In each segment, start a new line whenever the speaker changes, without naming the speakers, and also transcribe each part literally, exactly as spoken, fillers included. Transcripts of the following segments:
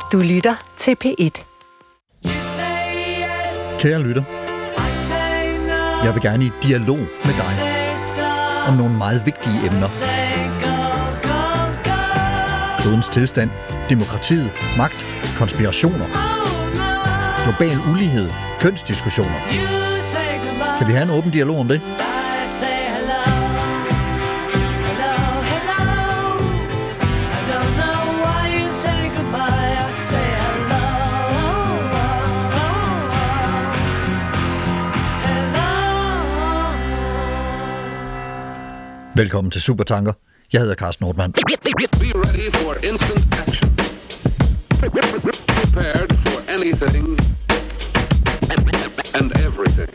Du lytter til P et.
Kære lytter, jeg vil gerne i dialog med dig om nogle meget vigtige emner. Klodens tilstand, demokratiet, magt, konspirationer, global ulighed, kønsdiskussioner. Kan vi have en åben dialog om det? Velkommen til Supertanker. Jeg hedder Carsten Nordmann.
Be ready for instant action. Prepared for anything and everything.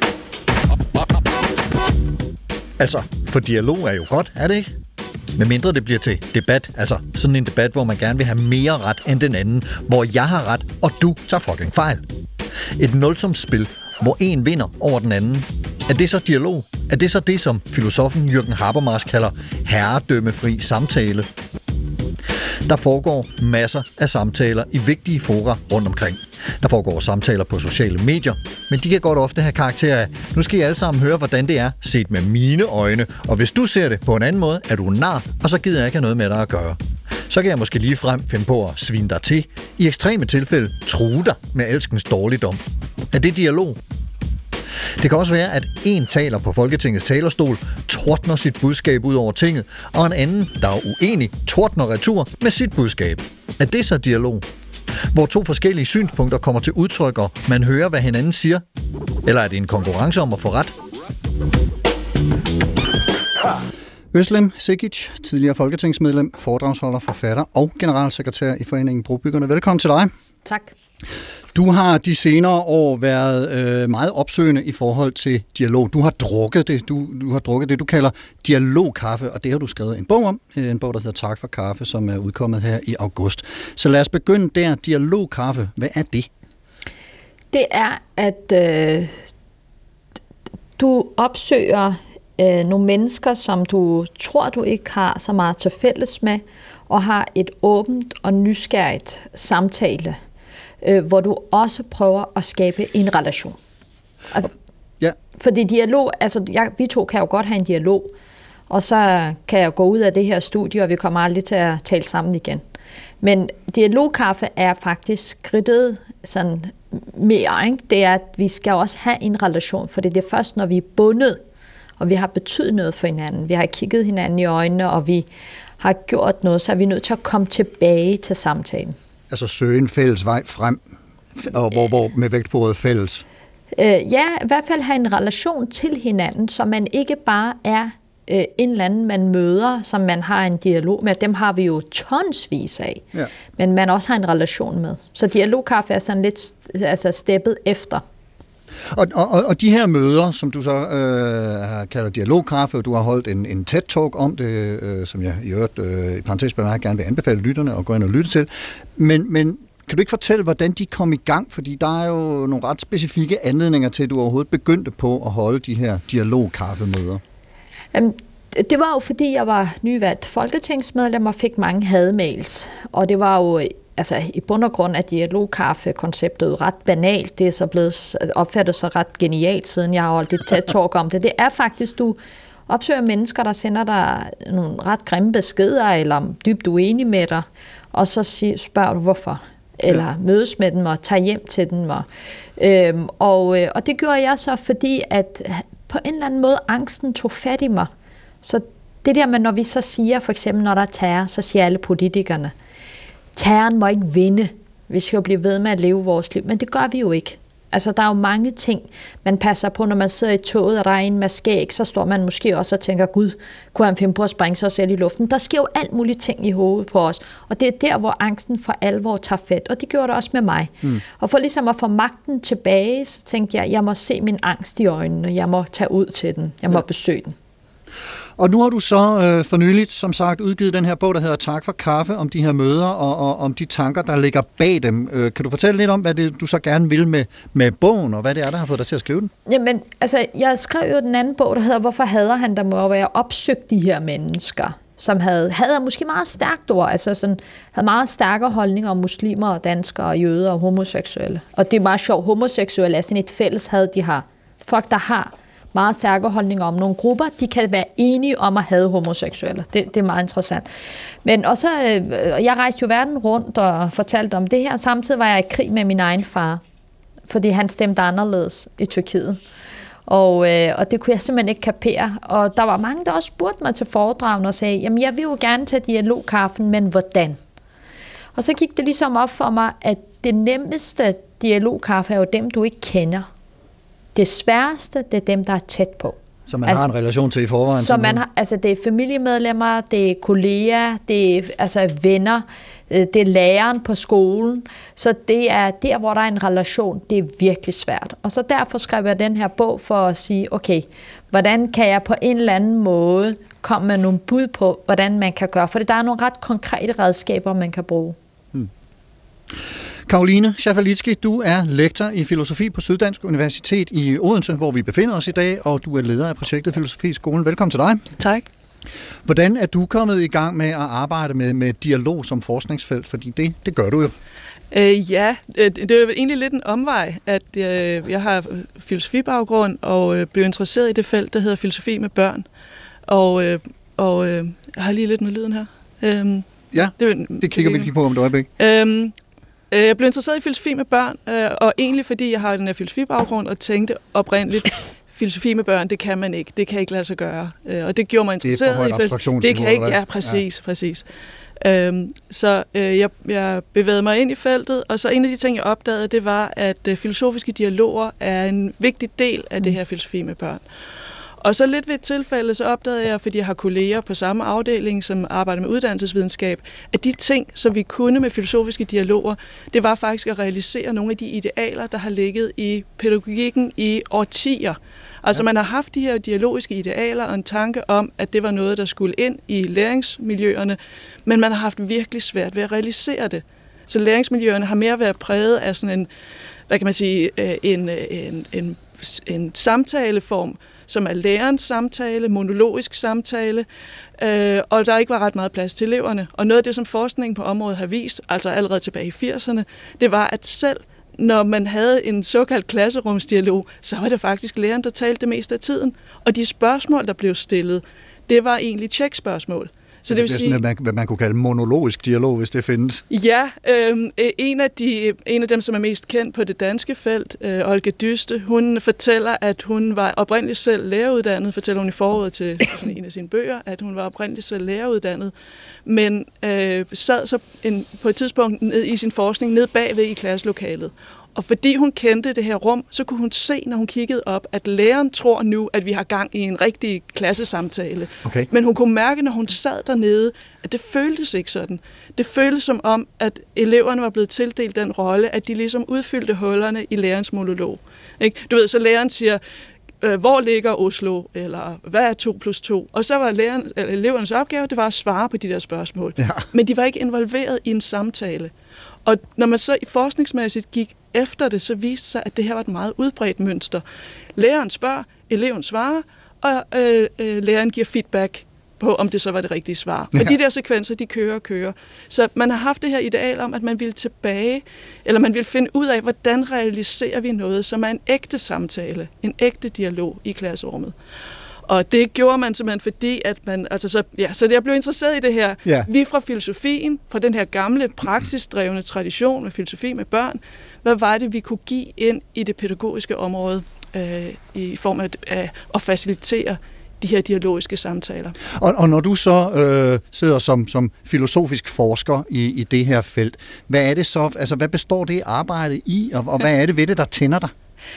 Altså, for dialog er jo godt, er det ikke? Med mindre det bliver til debat, altså sådan en debat, hvor man gerne vil have mere ret end den anden, hvor jeg har ret, og du tager fucking fejl. Et nulsumsspil, hvor en vinder over den anden. Er det så dialog? Er det så det, som filosofen Jürgen Habermas kalder herredømmefri samtale? Der foregår masser af samtaler i vigtige fora rundt omkring. Der foregår samtaler på sociale medier, men de kan godt ofte have karakter af, nu skal I alle sammen høre, hvordan det er, set med mine øjne, og hvis du ser det på en anden måde, er du nar, og så gider jeg ikke have noget med dig at gøre. Så kan jeg måske lige frem finde på at svine dig til, i ekstreme tilfælde true dig med alskens dårligdom. Er det dialog? Det kan også være, at en taler på Folketingets talerstol, tordner sit budskab ud over tinget, og en anden, der er uenig, tordner retur med sit budskab. Er det så dialog? Hvor to forskellige synspunkter kommer til udtryk, og man hører, hvad hinanden siger? Eller er det en konkurrence om at få ret?
Özlem Cekic, tidligere folketingsmedlem, foredragsholder, forfatter og generalsekretær i Foreningen Brobyggerne. Velkommen til dig.
Tak.
Du har de senere år været øh, meget opsøgende i forhold til dialog. Du har drukket det, du, du har drukket det, du kalder dialogkaffe, og det har du skrevet en bog om, en bog, der hedder Tak for kaffe, som er udkommet her i august. Så lad os begynde der. Dialogkaffe, hvad er det?
Det er, at øh, du opsøger øh, nogle mennesker, som du tror, du ikke har så meget til fælles med, og har et åbent og nysgerrigt samtale, øh, hvor du også prøver at skabe en relation.
Ja.
Fordi dialog, altså jeg, vi to kan jo godt have en dialog, og så kan jeg gå ud af det her studie, og vi kommer aldrig til at tale sammen igen. Men dialogkaffe er faktisk skridtet sådan mere, ikke? Det er, at vi skal også have en relation, for det er først, når vi er bundet, og vi har betydet noget for hinanden. Vi har kigget hinanden i øjnene, og vi har gjort noget, så er vi nødt til at komme tilbage til samtalen. Altså
søge en fælles vej frem, og hvor, hvor med vægt på ordet fælles?
Øh, ja, i hvert fald have en relation til hinanden, så man ikke bare er øh, en eller anden, man møder, som man har en dialog med. Dem har vi jo tonsvis af, ja. Men man også har en relation med. Så dialogkaffe er sådan lidt altså steppet efter.
Og, og, og de her møder, som du så øh, kalder dialogkaffe, og du har holdt en, en TED-talk om det, øh, som jeg i øvrigt øh, i parentes bemærket gerne vil anbefale lytterne at gå ind og lytte til. Men, men kan du ikke fortælle, hvordan de kom i gang? Fordi der er jo nogle ret specifikke anledninger til, at du overhovedet begyndte på at holde de her dialogkaffemøder. Um,
det var jo, fordi jeg var nyvalgt folketingsmedlem og fik mange hademails. Og det var jo altså, i bund og grund af dialogkaffe-konceptet ret banalt. Det er så blevet opfattet så ret genialt, siden jeg har holdt et TED-talk om det. Det er faktisk, du opsøger mennesker, der sender dig nogle ret grimme beskeder, eller dybt uenige med dig, og så spørger du, hvorfor. Eller ja. Mødes med dem og tager hjem til dem. Og, øhm, og, og det gjorde jeg så, fordi at på en eller anden måde angsten tog fat i mig. Så det der med, når vi så siger, for eksempel når der er terror, så siger alle politikerne, terroren må ikke vinde. Vi skal jo blive ved med at leve vores liv. Men det gør vi jo ikke. Altså, der er jo mange ting, man passer på, når man sidder i toget, og der er en med skæg, så står man måske også og tænker, gud, kunne han finde på at sprænge sig selv i luften? Der sker jo alt muligt ting i hovedet på os, og det er der, hvor angsten for alvor tager fat, og det gjorde det også med mig. Mm. Og for ligesom at få magten tilbage, så tænkte jeg, jeg må se min angst i øjnene, jeg må tage ud til den, jeg må ja. besøge den.
Og nu har du så øh, for nyligt, som sagt, udgivet den her bog, der hedder Tak for kaffe, om de her møder og, og om de tanker, der ligger bag dem. Øh, kan du fortælle lidt om, hvad det, du så gerne vil med, med bogen, og hvad det er, der har fået dig til at skrive den?
Jamen, altså, jeg skrev jo den anden bog, der hedder Hvorfor hader han, der må være opsøgt de her mennesker. som havde, havde måske meget stærkt ord, altså sådan, havde meget stærke holdninger om muslimer og danskere og jøder og homoseksuelle. Og det er meget sjovt, homoseksuelle er sådan et fælles had, de har. Folk, der har meget stærke holdninger om nogle grupper, de kan være enige om at have homoseksuelle. Det, det er meget interessant. Men også, øh, jeg rejste jo verden rundt og fortalte om det her. Samtidig var jeg i krig med min egen far, fordi han stemte anderledes i Tyrkiet. Og, øh, og det kunne jeg simpelthen ikke kapere. Og der var mange, der også spurgte mig til foredragene og sagde, jamen jeg vil jo gerne tage dialogkaffen, men hvordan? Og så gik det ligesom op for mig, at det nemmeste dialogkaffe er jo dem, du ikke kender. Det sværeste, det er dem, der er tæt på.
Som man altså, har en relation til i forvejen?
Som man har, altså det er familiemedlemmer, det er kolleger, det er altså venner, det er læreren på skolen. Så det er der, hvor der er en relation, det er virkelig svært. Og så derfor skrev jeg den her bog for at sige, okay, hvordan kan jeg på en eller anden måde komme med nogle bud på, hvordan man kan gøre? For der er nogle ret konkrete redskaber, man kan bruge. Hmm.
Karoline Schafalitski, du er lektor i filosofi på Syddansk Universitet i Odense, hvor vi befinder os i dag, og du er leder af projektet Filosofi i skolen. Velkommen til dig.
Tak.
Hvordan er du kommet i gang med at arbejde med, med dialog som forskningsfelt? Fordi det, det gør du jo.
Øh, ja, det er egentlig lidt en omvej, at øh, jeg har filosofibaggrund og øh, blev interesseret i det felt, der hedder filosofi med børn. Og, øh, og øh, jeg har lige lidt med lyden her. Øh,
ja, det, det kigger vi lige på om et øjeblik.
Øh, Jeg blev interesseret i filosofi med børn, og egentlig fordi jeg har den her filosofibaggrund og tænkte oprindeligt, filosofi med børn, det kan man ikke, det kan ikke lade sig gøre. Og det gjorde mig interesseret i.
Det er for
det kan ikke, ja, præcis, ja. præcis. Øhm, så øh, jeg, jeg bevægede mig ind i feltet, og så en af de ting, jeg opdagede, det var, at øh, filosofiske dialoger er en vigtig del af det her filosofi med børn. Og så lidt ved et tilfælde, så opdagede jeg, fordi jeg har kolleger på samme afdeling, som arbejder med uddannelsesvidenskab, at de ting, som vi kunne med filosofiske dialoger, det var faktisk at realisere nogle af de idealer, der har ligget i pædagogikken i årtier. Altså man har haft de her dialogiske idealer og en tanke om, at det var noget, der skulle ind i læringsmiljøerne, men man har haft virkelig svært ved at realisere det. Så læringsmiljøerne har mere været præget af sådan en, hvad kan man sige, en, en, en, en samtaleform, som er lærerens samtale, monologisk samtale, øh, og der ikke var ret meget plads til eleverne. Og noget af det, som forskningen på området har vist, altså allerede tilbage i firserne, det var, at selv når man havde en såkaldt klasserumsdialog, så var det faktisk læreren, der talte det meste af tiden. Og de spørgsmål, der blev stillet, det var egentlig tjekspørgsmål. Så det, det vil sige,
sådan, hvad man kunne kalde monologisk dialog, hvis det findes.
Ja, øh, en, af de, en af dem, som er mest kendt på det danske felt, øh, Olga Dyste, hun fortæller, at hun var oprindeligt selv læreruddannet, fortæller hun i forordet til sådan en af sine bøger, at hun var oprindeligt selv læreruddannet, men øh, sad så en, på et tidspunkt ned i sin forskning ned bagved i klasselokalet. Og fordi hun kendte det her rum, så kunne hun se, når hun kiggede op, at læreren tror nu, at vi har gang i en rigtig klassesamtale.
Okay.
Men hun kunne mærke, når hun sad dernede, at det føltes ikke sådan. Det føltes som om, at eleverne var blevet tildelt den rolle, at de ligesom udfyldte hullerne i lærerens monolog. Ikke? Du ved, så læreren siger, hvor ligger Oslo, eller hvad er to plus to? Og så var læreren, eller elevernes opgave, det var at svare på de der spørgsmål.
Ja.
Men de var ikke involveret i en samtale. Og når man så forskningsmæssigt gik efter det, så viste sig, at det her var et meget udbredt mønster. Læreren spørger, eleven svarer, og øh, øh, læreren giver feedback på, om det så var det rigtige svar. Ja. Og de der sekvenser, de kører og kører. Så man har haft det her ideal om, at man ville tilbage, eller man ville finde ud af, hvordan realiserer vi noget, som er en ægte samtale, en ægte dialog i klasserummet. Og det gjorde man simpelthen fordi, at man, altså så, ja, så jeg blev interesseret i det her.
Ja.
Vi fra filosofien, fra den her gamle praksisdrevne tradition med filosofi med børn, hvad var det, vi kunne give ind i det pædagogiske område øh, i form af, af at facilitere de her dialogiske samtaler.
Og, og når du så øh, sidder som, som filosofisk forsker i, i det her felt, hvad er det så, altså hvad består det arbejde i, og, og hvad er det ved det, der tænder dig?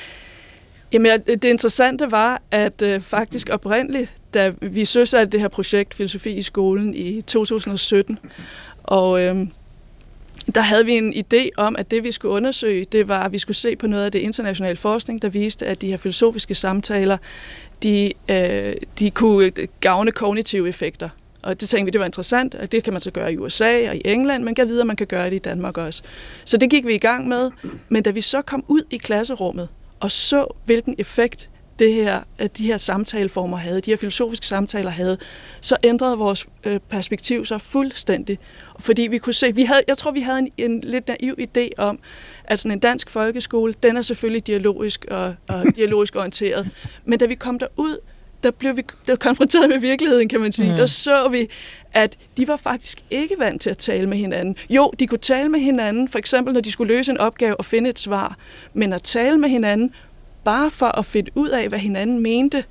Jamen, det interessante var, at øh, faktisk oprindeligt, da vi søsatte det her projekt Filosofi i skolen i to tusind og sytten, og øh, der havde vi en idé om, at det vi skulle undersøge, det var, at vi skulle se på noget af det internationale forskning, der viste, at de her filosofiske samtaler, de, øh, de kunne gavne kognitive effekter. Og det tænkte vi, det var interessant, og det kan man så gøre i U S A og i England, men kan videre, man kan gøre det i Danmark også. Så det gik vi i gang med, men da vi så kom ud i klasserummet, og så, hvilken effekt det her, at de her samtaleformer havde, de her filosofiske samtaler havde, så ændrede vores øh, perspektiv sig fuldstændig. Fordi vi kunne se, vi havde, jeg tror, vi havde en, en lidt naiv idé om, at sådan en dansk folkeskole, den er selvfølgelig dialogisk og, og dialogisk orienteret. Men da vi kom derud, der blev vi der konfronteret med virkeligheden, kan man sige. Mm. Der så vi, at de var faktisk ikke vant til at tale med hinanden. Jo, de kunne tale med hinanden, for eksempel når de skulle løse en opgave og finde et svar. Men at tale med hinanden, bare for at finde ud af, hvad hinanden mente,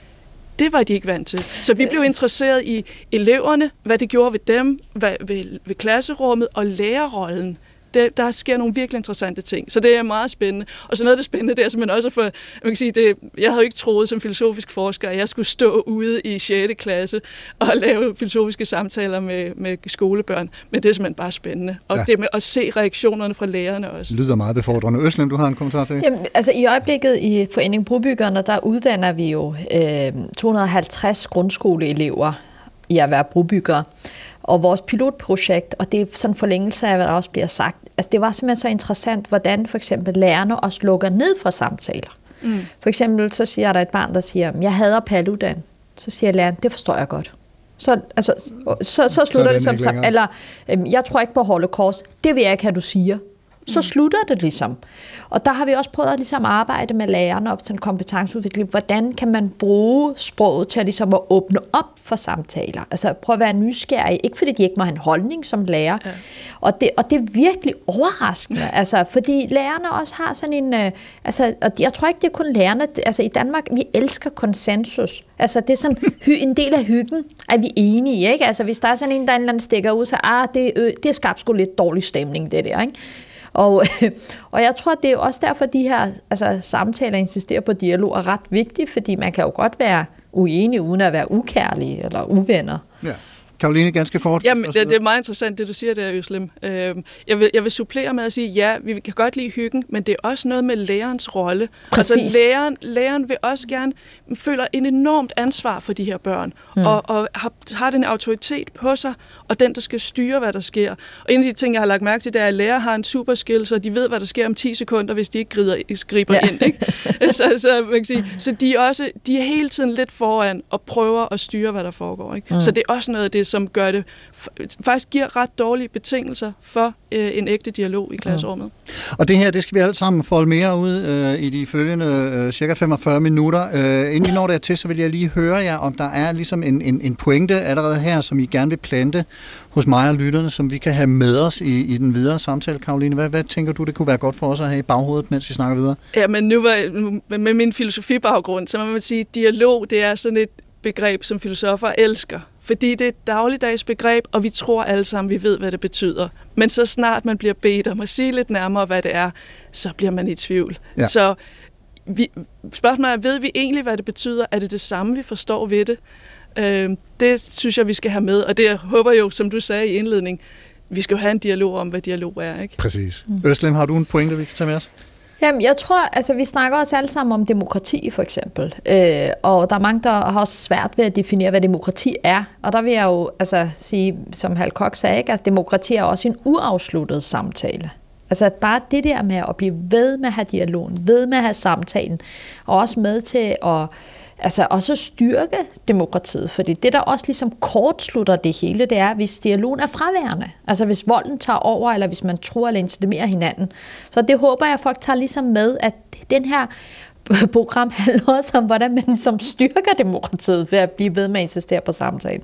det var de ikke vant til. Så vi blev interesseret i eleverne, hvad det gjorde ved dem, hvad, ved, ved klasserummet og lærerrollen. Det, der sker nogle virkelig interessante ting, så det er meget spændende. Og så noget af det spændende, det er simpelthen også for, man kan sige, det, jeg havde jo ikke troet som filosofisk forsker, at jeg skulle stå ude i sjette klasse og lave filosofiske samtaler med, med skolebørn, men det er simpelthen bare spændende. Og ja. Det med at se reaktionerne fra lærerne også.
Det lyder meget befordrende. Øslem, du har en kommentar til?
Jamen, altså i øjeblikket i Foreningen Brobyggerne, der uddanner vi jo øh, to hundrede og halvtreds grundskoleelever i at være brobyggere. Og vores pilotprojekt, og det er sådan en forlængelse af, hvad der også bliver sagt, altså det var simpelthen så interessant, hvordan for eksempel lærerne også lukker ned for samtaler. Mm. For eksempel så siger der et barn, der siger, jeg hader Paludan. Så siger læreren, det forstår jeg godt. Så, altså, så, så slutter så det som, eller jeg tror ikke på holocaust, det vil jeg ikke have, du siger. Så slutter det ligesom. Og der har vi også prøvet at ligesom arbejde med lærerne op til en kompetenceudvikling. Hvordan kan man bruge sproget til at, ligesom at åbne op for samtaler? Altså prøve at være nysgerrig. Ikke fordi de ikke må have en holdning som lærer. Ja. Og, det, og det er virkelig overraskende. Altså, fordi lærerne også har sådan en... Øh, altså, og jeg tror ikke, det er kun lærerne. Altså i Danmark, vi elsker konsensus. Altså det er sådan hy, en del af hyggen, at vi er enige. Ikke? Altså hvis der er sådan en, der en eller anden stikker ud, så ah, det, øh, det skabt sgu lidt dårlig stemning, det der, ikke? Og, og jeg tror, det er også derfor, de her altså, samtaler insisterer på dialog er ret vigtigt, fordi man kan jo godt være uenig, uden at være ukærlig eller uvenner.
Ja. Caroline, ganske kort.
Jamen, det, det er meget interessant, det du siger der, Øslem. Jeg vil, jeg vil supplere med at sige, ja, vi kan godt lide hyggen, men det er også noget med lærerens rolle. Præcis. Altså, læreren, læreren vil også gerne, føler en enormt ansvar for de her børn, mm. og, og har, har den autoritet på sig, og den, der skal styre, hvad der sker. Og en af de ting, jeg har lagt mærke til, det er, at lærere har en super skill, så de ved, hvad der sker om ti sekunder, hvis de ikke grider, griber ja. ind. Ikke? så, så, man kan sige, så de er, også, de er hele tiden lidt foran og prøver at styre, hvad der foregår. Ikke? Mm. Så det er også noget af det, som gør det, faktisk giver ret dårlige betingelser for øh, en ægte dialog i klasserummet.
Mm. Og det her, det skal vi alle sammen folde mere ud øh, i de følgende øh, cirka femogfyrre minutter. Øh, inden vi når dertil, så vil jeg lige høre jer, om der er ligesom en, en, en pointe allerede her, som I gerne vil plante hos mig og lytterne, som vi kan have med os i, i den videre samtale. Caroline, hvad, hvad tænker du, det kunne være godt for os at have i baghovedet, mens vi snakker videre?
Ja, men nu var, med min filosofibaggrund, så må man sige, at dialog, det er sådan et begreb, som filosofer elsker. Fordi det er et dagligdags begreb, og vi tror alle sammen, vi ved, hvad det betyder. Men så snart man bliver bedt om at sige lidt nærmere, hvad det er, så bliver man i tvivl. Ja. Så vi, spørgsmålet er, ved vi egentlig, hvad det betyder? Er det det samme, vi forstår ved det? Øh, det synes jeg, vi skal have med, og det håber jeg jo, som du sagde i indledning, vi skal jo have en dialog om, hvad dialog er, ikke?
Præcis. Mm. Øslem, har du en pointe, vi kan tage med os?
Jamen, jeg tror, altså vi snakker også alle sammen om demokrati, for eksempel. Øh, og der er mange, der har også svært ved at definere, hvad demokrati er. Og der vil jeg jo altså sige, som Hal Koch sagde, ikke, at demokrati er også en uafsluttet samtale. Altså bare det der med at blive ved med at have dialogen, ved med at have samtalen, og også med til at altså også styrke demokratiet, fordi det, der også ligesom kortslutter det hele, det er, hvis dialogen er fraværende. Altså hvis volden tager over, eller hvis man tror eller intimiderer hinanden. Så det håber jeg, at folk tager ligesom med, at den her program handler også om, hvordan man ligesom styrker demokratiet ved at blive ved med at insistere på samtalen.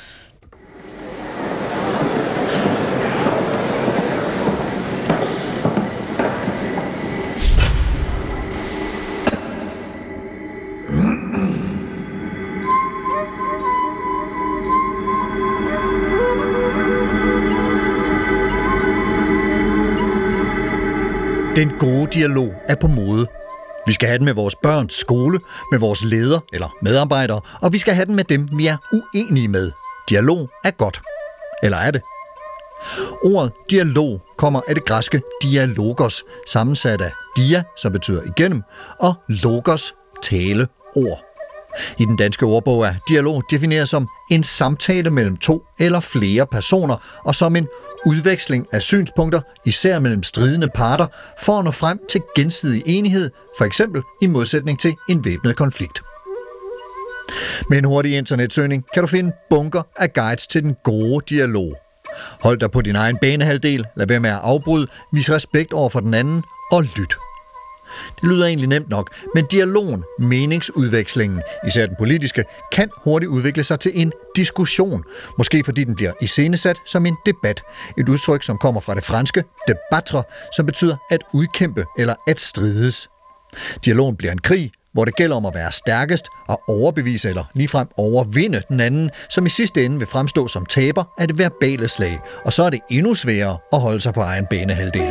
Den gode dialog er på mode. Vi skal have den med vores børns skole, med vores leder eller medarbejdere, og vi skal have den med dem, vi er uenige med. Dialog er godt. Eller er det? Ordet dialog kommer af det græske dialogos, sammensat af dia, som betyder igennem, og logos, tale, ord. I den danske ordbog er dialog defineret som en samtale mellem to eller flere personer, og som en udveksling af synspunkter, især mellem stridende parter, for at nå frem til gensidig enighed, for eksempel i modsætning til en væbnet konflikt. Med en hurtig internetsøgning kan du finde bunker af guides til den gode dialog. Hold dig på din egen banehalvdel, lad være med at afbryde, vis respekt over for den anden og lyt. Det lyder egentlig nemt nok, men dialogen, meningsudvekslingen, især den politiske, kan hurtigt udvikle sig til en diskussion. Måske fordi den bliver iscenesat som en debat. Et udtryk, som kommer fra det franske débattre, som betyder at udkæmpe eller at strides. Dialogen bliver en krig, hvor det gælder om at være stærkest og overbevise eller ligefrem overvinde den anden, som i sidste ende vil fremstå som taber af det verbale slag. Og så er det endnu sværere at holde sig på egen banehalvdel.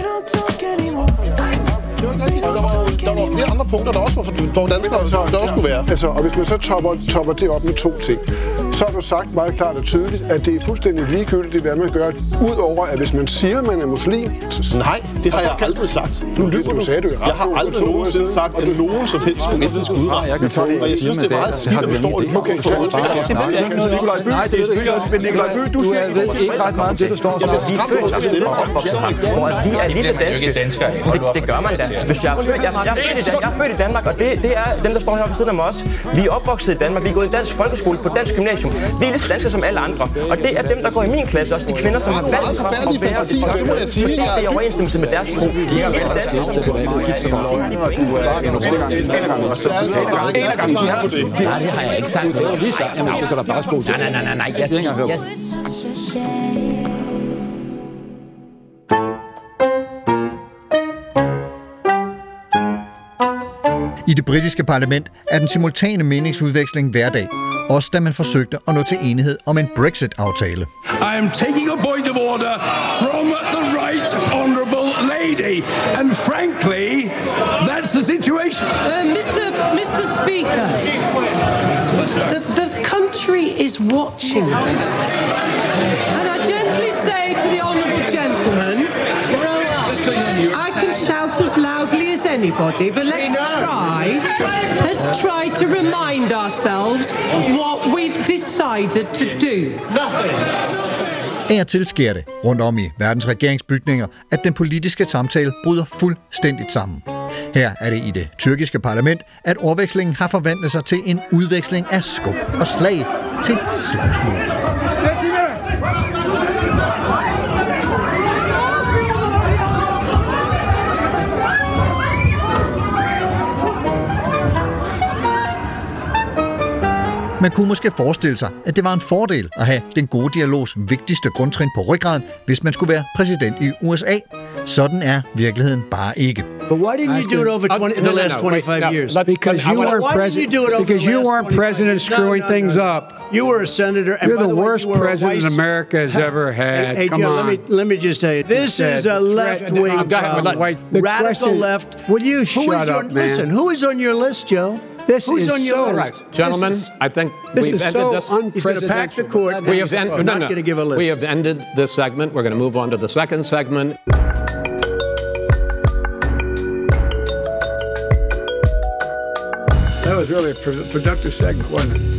Der var flere andre punkter, der også var for danskere, altså, der også skulle være.
Altså, og hvis man så topper, topper det op med to ting, så har du sagt meget klart og tydeligt, at det er fuldstændig ligegyldigt, hvad man gør, udover at hvis man siger, at man er muslim.
Så, nej, det har jeg aldrig sagt.
Nu lytter du, sagde du.
Jeg har aldrig nogensinde sagt, at nogen som helst skulle etnisk udrette. Og jeg synes, det er meget skidt, at du står i det. Okay, så
nej, det er ikke Nikolaj Bøh, du siger
ikke ret meget om det, du står og siger.
Vi er lige så danske. Det gør man da. Hvis jeg er født, jeg, jeg, er født i, jeg er født i Danmark, og det, det er dem, der står heroppe ved siden af mig også. Vi er opvokset i Danmark, vi er gået i dansk folkeskole på dansk gymnasium. Vi er lige så danske som alle andre, og det er dem, der går i min klasse også. De kvinder, som har valgt sig at være
fantasi, det må jeg sige.
Fordi det er i overensstemmelse med deres tro. De er lige så danske som alle andre.
Nej, det har jeg ikke sagt. Det har lige sagt. Jamen, det skal der bare spole til. Nej, nej, nej, nej. Jeg siger...
I det britiske parlament er den simultane meningsudveksling hverdag, også da man forsøgte at nå til enighed om en Brexit-aftale.
I am taking a point of order from the right honourable lady, and frankly, that's the situation.
Uh, Mister Mister Speaker, the, the country is watching us, and I gently say to the honourable gentleman, I can shout as loudly as anybody, but let's try, let's try to remind ourselves what we've decided to do.
Nothing. Af og til sker det rundt om i verdens regeringsbygninger, at den politiske samtale bryder fuldstændigt sammen. Her er det i det tyrkiske parlament, at ordvekslingen har forvandlet sig til en udveksling af skub og slag til slagsmål. Man kunne måske forestille sig, at det var en fordel at have den gode dialogs vigtigste grundtrin på ryggraden, hvis man skulle være præsident i U S A. Sådan er virkeligheden bare ikke.
But why didn't you do it over twenty, the last twenty-five years?
Because you weren't president. Because you weren't president screwing things up.
You were a senator. And
You're the worst president America has ever had.
Hey,
Come
Joe,
on.
let me let me just tell you, this is a left-wing problem. Radical left.
Will you shut up, man?
Listen, who is on your list, Joe?
This
Who's
is
on your
so
list?
right.
Gentlemen,
is,
I think
this
we've
is
ended
so
this.
He's going to pack the court.
We have, en- no,
not
no.
going to give a list.
We have ended this segment. We're going to move on to the second segment.
That was really a productive segment, wasn't it?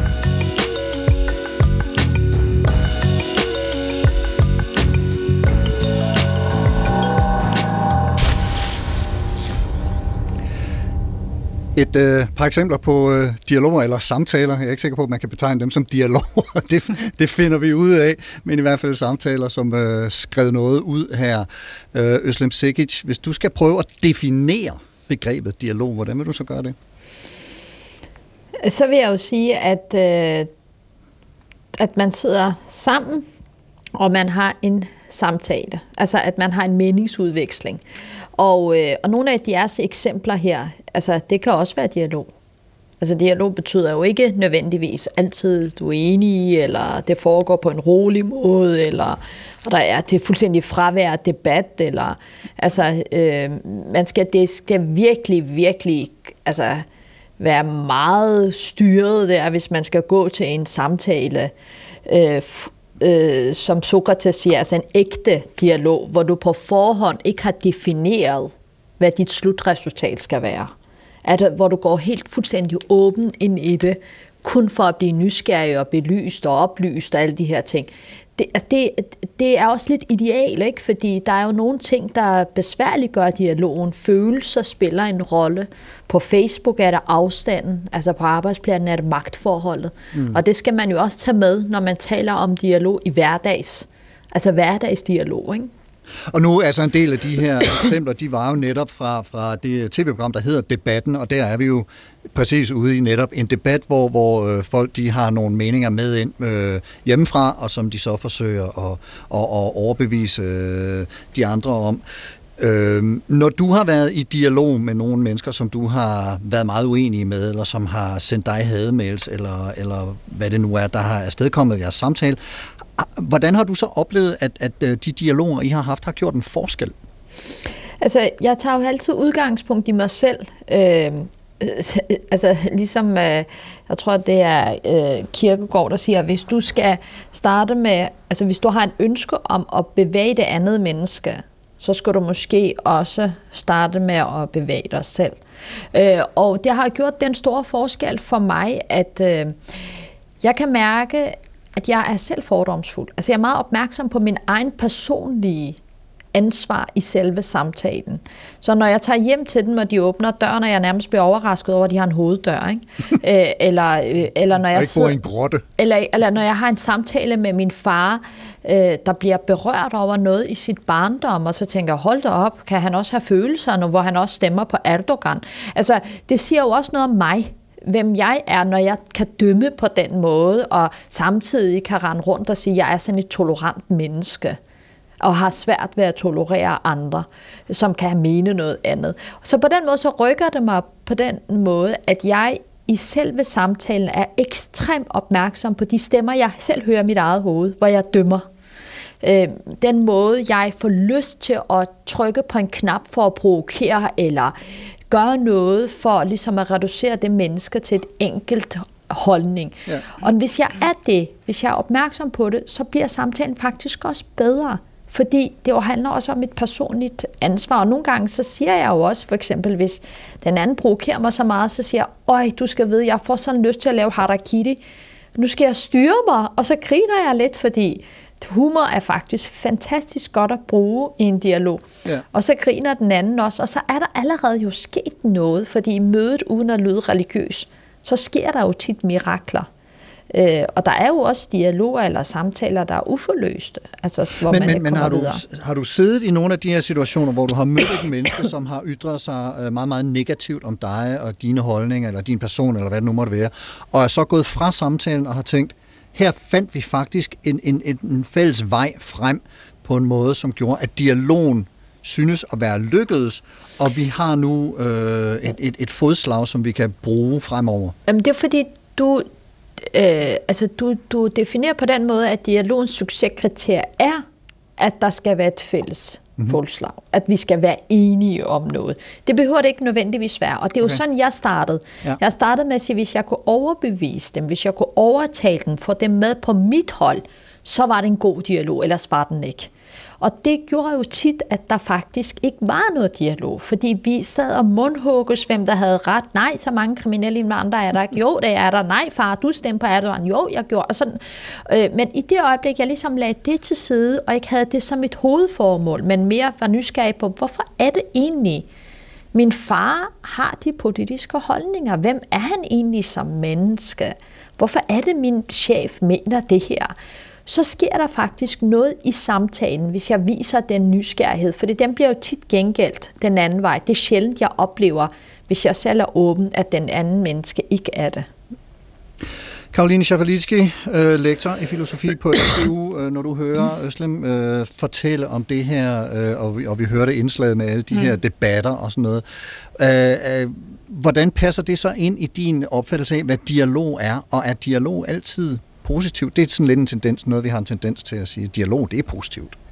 Et øh, par eksempler på øh, dialoger eller samtaler. Jeg er ikke sikker på, at man kan betegne dem som dialoger. det, det finder vi ud af. Men i hvert fald samtaler, som øh, skrev noget ud her. Øh, Özlem Cekic, hvis du skal prøve at definere begrebet dialog, hvordan vil du så gøre det?
Så vil jeg jo sige, at, øh, at man sidder sammen, og man har en samtale. Altså, at man har en meningsudveksling. Og, øh, og nogle af de jeres eksempler her, altså det kan også være dialog. Altså dialog betyder jo ikke nødvendigvis altid, du er enig, eller det foregår på en rolig måde, eller og der er det er fuldstændig fravær debat, eller altså øh, man skal, det skal virkelig, virkelig altså, være meget styret der, hvis man skal gå til en samtale, øh, øh, som Sokrates siger, altså en ægte dialog, hvor du på forhånd ikke har defineret, hvad dit slutresultat skal være. at, hvor du går helt fuldstændig åben ind i det, kun for at blive nysgerrig og belyst og oplyst og alle de her ting. Det, det, det er også lidt ideal, ikke? Fordi der er jo nogle ting, der besværliggør dialogen. Følelser spiller en rolle. På Facebook er der afstanden, altså på arbejdspladsen er det magtforholdet. Mm. Og det skal man jo også tage med, når man taler om dialog i hverdags. Altså hverdagsdialog, ikke?
Og nu, altså en del af de her eksempler, de var jo netop fra, fra det tv-program, der hedder Debatten, og der er vi jo præcis ude i netop en debat, hvor, hvor øh, folk de har nogle meninger med ind øh, hjemmefra, og som de så forsøger at, at, at overbevise øh, de andre om. Øh, når du har været i dialog med nogle mennesker, som du har været meget uenig med, eller som har sendt dig hademails, eller, eller hvad det nu er, der har afstedkommet jeres samtale, hvordan har du så oplevet, at, at de dialoger, I har haft, har gjort en forskel?
Altså, jeg tager jo altid udgangspunkt i mig selv. Øh, altså, ligesom, øh, jeg tror, det er øh, Kierkegaard, der siger, at hvis du skal starte med, altså hvis du har en ønske om at bevæge det andet menneske, så skal du måske også starte med at bevæge dig selv. Øh, og det har gjort den store forskel for mig, at øh, jeg kan mærke, at jeg er selv fordomsfuld. Altså jeg er meget opmærksom på min egen personlige ansvar i selve samtalen. Så når jeg tager hjem til dem, og de åbner døren, og jeg nærmest bliver overrasket over, at de har en hoveddør, ikke? øh, eller, øh, eller når jeg sidder,
en grotte.
Eller, eller når jeg har en samtale med min far, øh, der bliver berørt over noget i sit barndom, og så tænker jeg, hold da op, kan han også have følelser, hvor han også stemmer på Erdogan? Altså, det siger jo også noget om mig, hvem jeg er, når jeg kan dømme på den måde, og samtidig kan rende rundt og sige, at jeg er sådan et tolerant menneske, og har svært ved at tolerere andre, som kan mene noget andet. Så på den måde, så rykker det mig på den måde, at jeg i selve samtalen er ekstremt opmærksom på de stemmer, jeg selv hører i mit eget hoved, hvor jeg dømmer. Den måde, jeg får lyst til at trykke på en knap for at provokere, eller gøre noget for ligesom at reducere det menneske til et enkelt holdning. Ja. Og hvis jeg er det, hvis jeg er opmærksom på det, så bliver samtalen faktisk også bedre. Fordi det jo handler også om et personligt ansvar. Og nogle gange så siger jeg jo også, for eksempel hvis den anden provokerer mig så meget, så siger jeg, øj, du skal vide, jeg får sådan lyst til at lave harakiri. Nu skal jeg styre mig, og så griner jeg lidt, fordi humor er faktisk fantastisk godt at bruge i en dialog. Ja. Og så griner den anden også, og så er der allerede jo sket noget, fordi i mødet, uden at lyde religiøs, så sker der jo tit mirakler. Øh, og der er jo også dialoger eller samtaler, der er uforløste. Altså, hvor
men
man
men, men har, du, har du siddet i nogle af de her situationer, hvor du har mødt et menneske, som har ytret sig meget, meget negativt om dig og dine holdninger, eller din person, eller hvad det nu måtte være, og er så gået fra samtalen og har tænkt, her fandt vi faktisk en, en, en fælles vej frem på en måde, som gjorde, at dialogen synes at være lykkedes, og vi har nu øh, et, et, et fodslag, som vi kan bruge fremover.
Jamen, det er fordi, du, øh, altså, du, du definerer på den måde, at dialogens succeskriterie er, at der skal være et fælles mm-hmm. fodslag. At vi skal være enige om noget. Det behøver det ikke nødvendigvis være. Og det er jo okay. sådan, jeg startede. Ja. Jeg startede med at sige, hvis jeg kunne overbevise dem, hvis jeg kunne overtale dem, få dem med på mit hold, så var det en god dialog, ellers var den ikke. Og det gjorde jo tit, at der faktisk ikke var noget dialog, fordi vi sad og mundhugges, hvem der havde ret. Nej, så mange kriminelle indvandrere er der ikke. Jo, det er der. Nej, far, du stemte på Erdogan. Jo, jeg gjorde. Og sådan. Men i det øjeblik, jeg ligesom lagde det til side, og ikke havde det som et hovedformål, men mere var nysgerrig på, hvorfor er det egentlig, min far har de politiske holdninger? Hvem er han egentlig som menneske? Hvorfor er det, min chef mener det her? Så sker der faktisk noget i samtalen, hvis jeg viser den nysgerrighed, for den bliver jo tit gengældt den anden vej. Det er sjældent, jeg oplever, hvis jeg selv er åben, at den anden menneske ikke er det.
Karoline Schaffalitzky, øh, lektor i filosofi på S D U, øh, når du hører Özlem øh, fortælle om det her, øh, og, vi, og vi hører det indslaget med alle de her debatter og sådan noget. Øh, øh, hvordan passer det så ind i din opfattelse af, hvad dialog er, og er dialog altid positivt? Det er sådan lidt en tendens, noget vi har en tendens til at sige, dialog, det er positivt.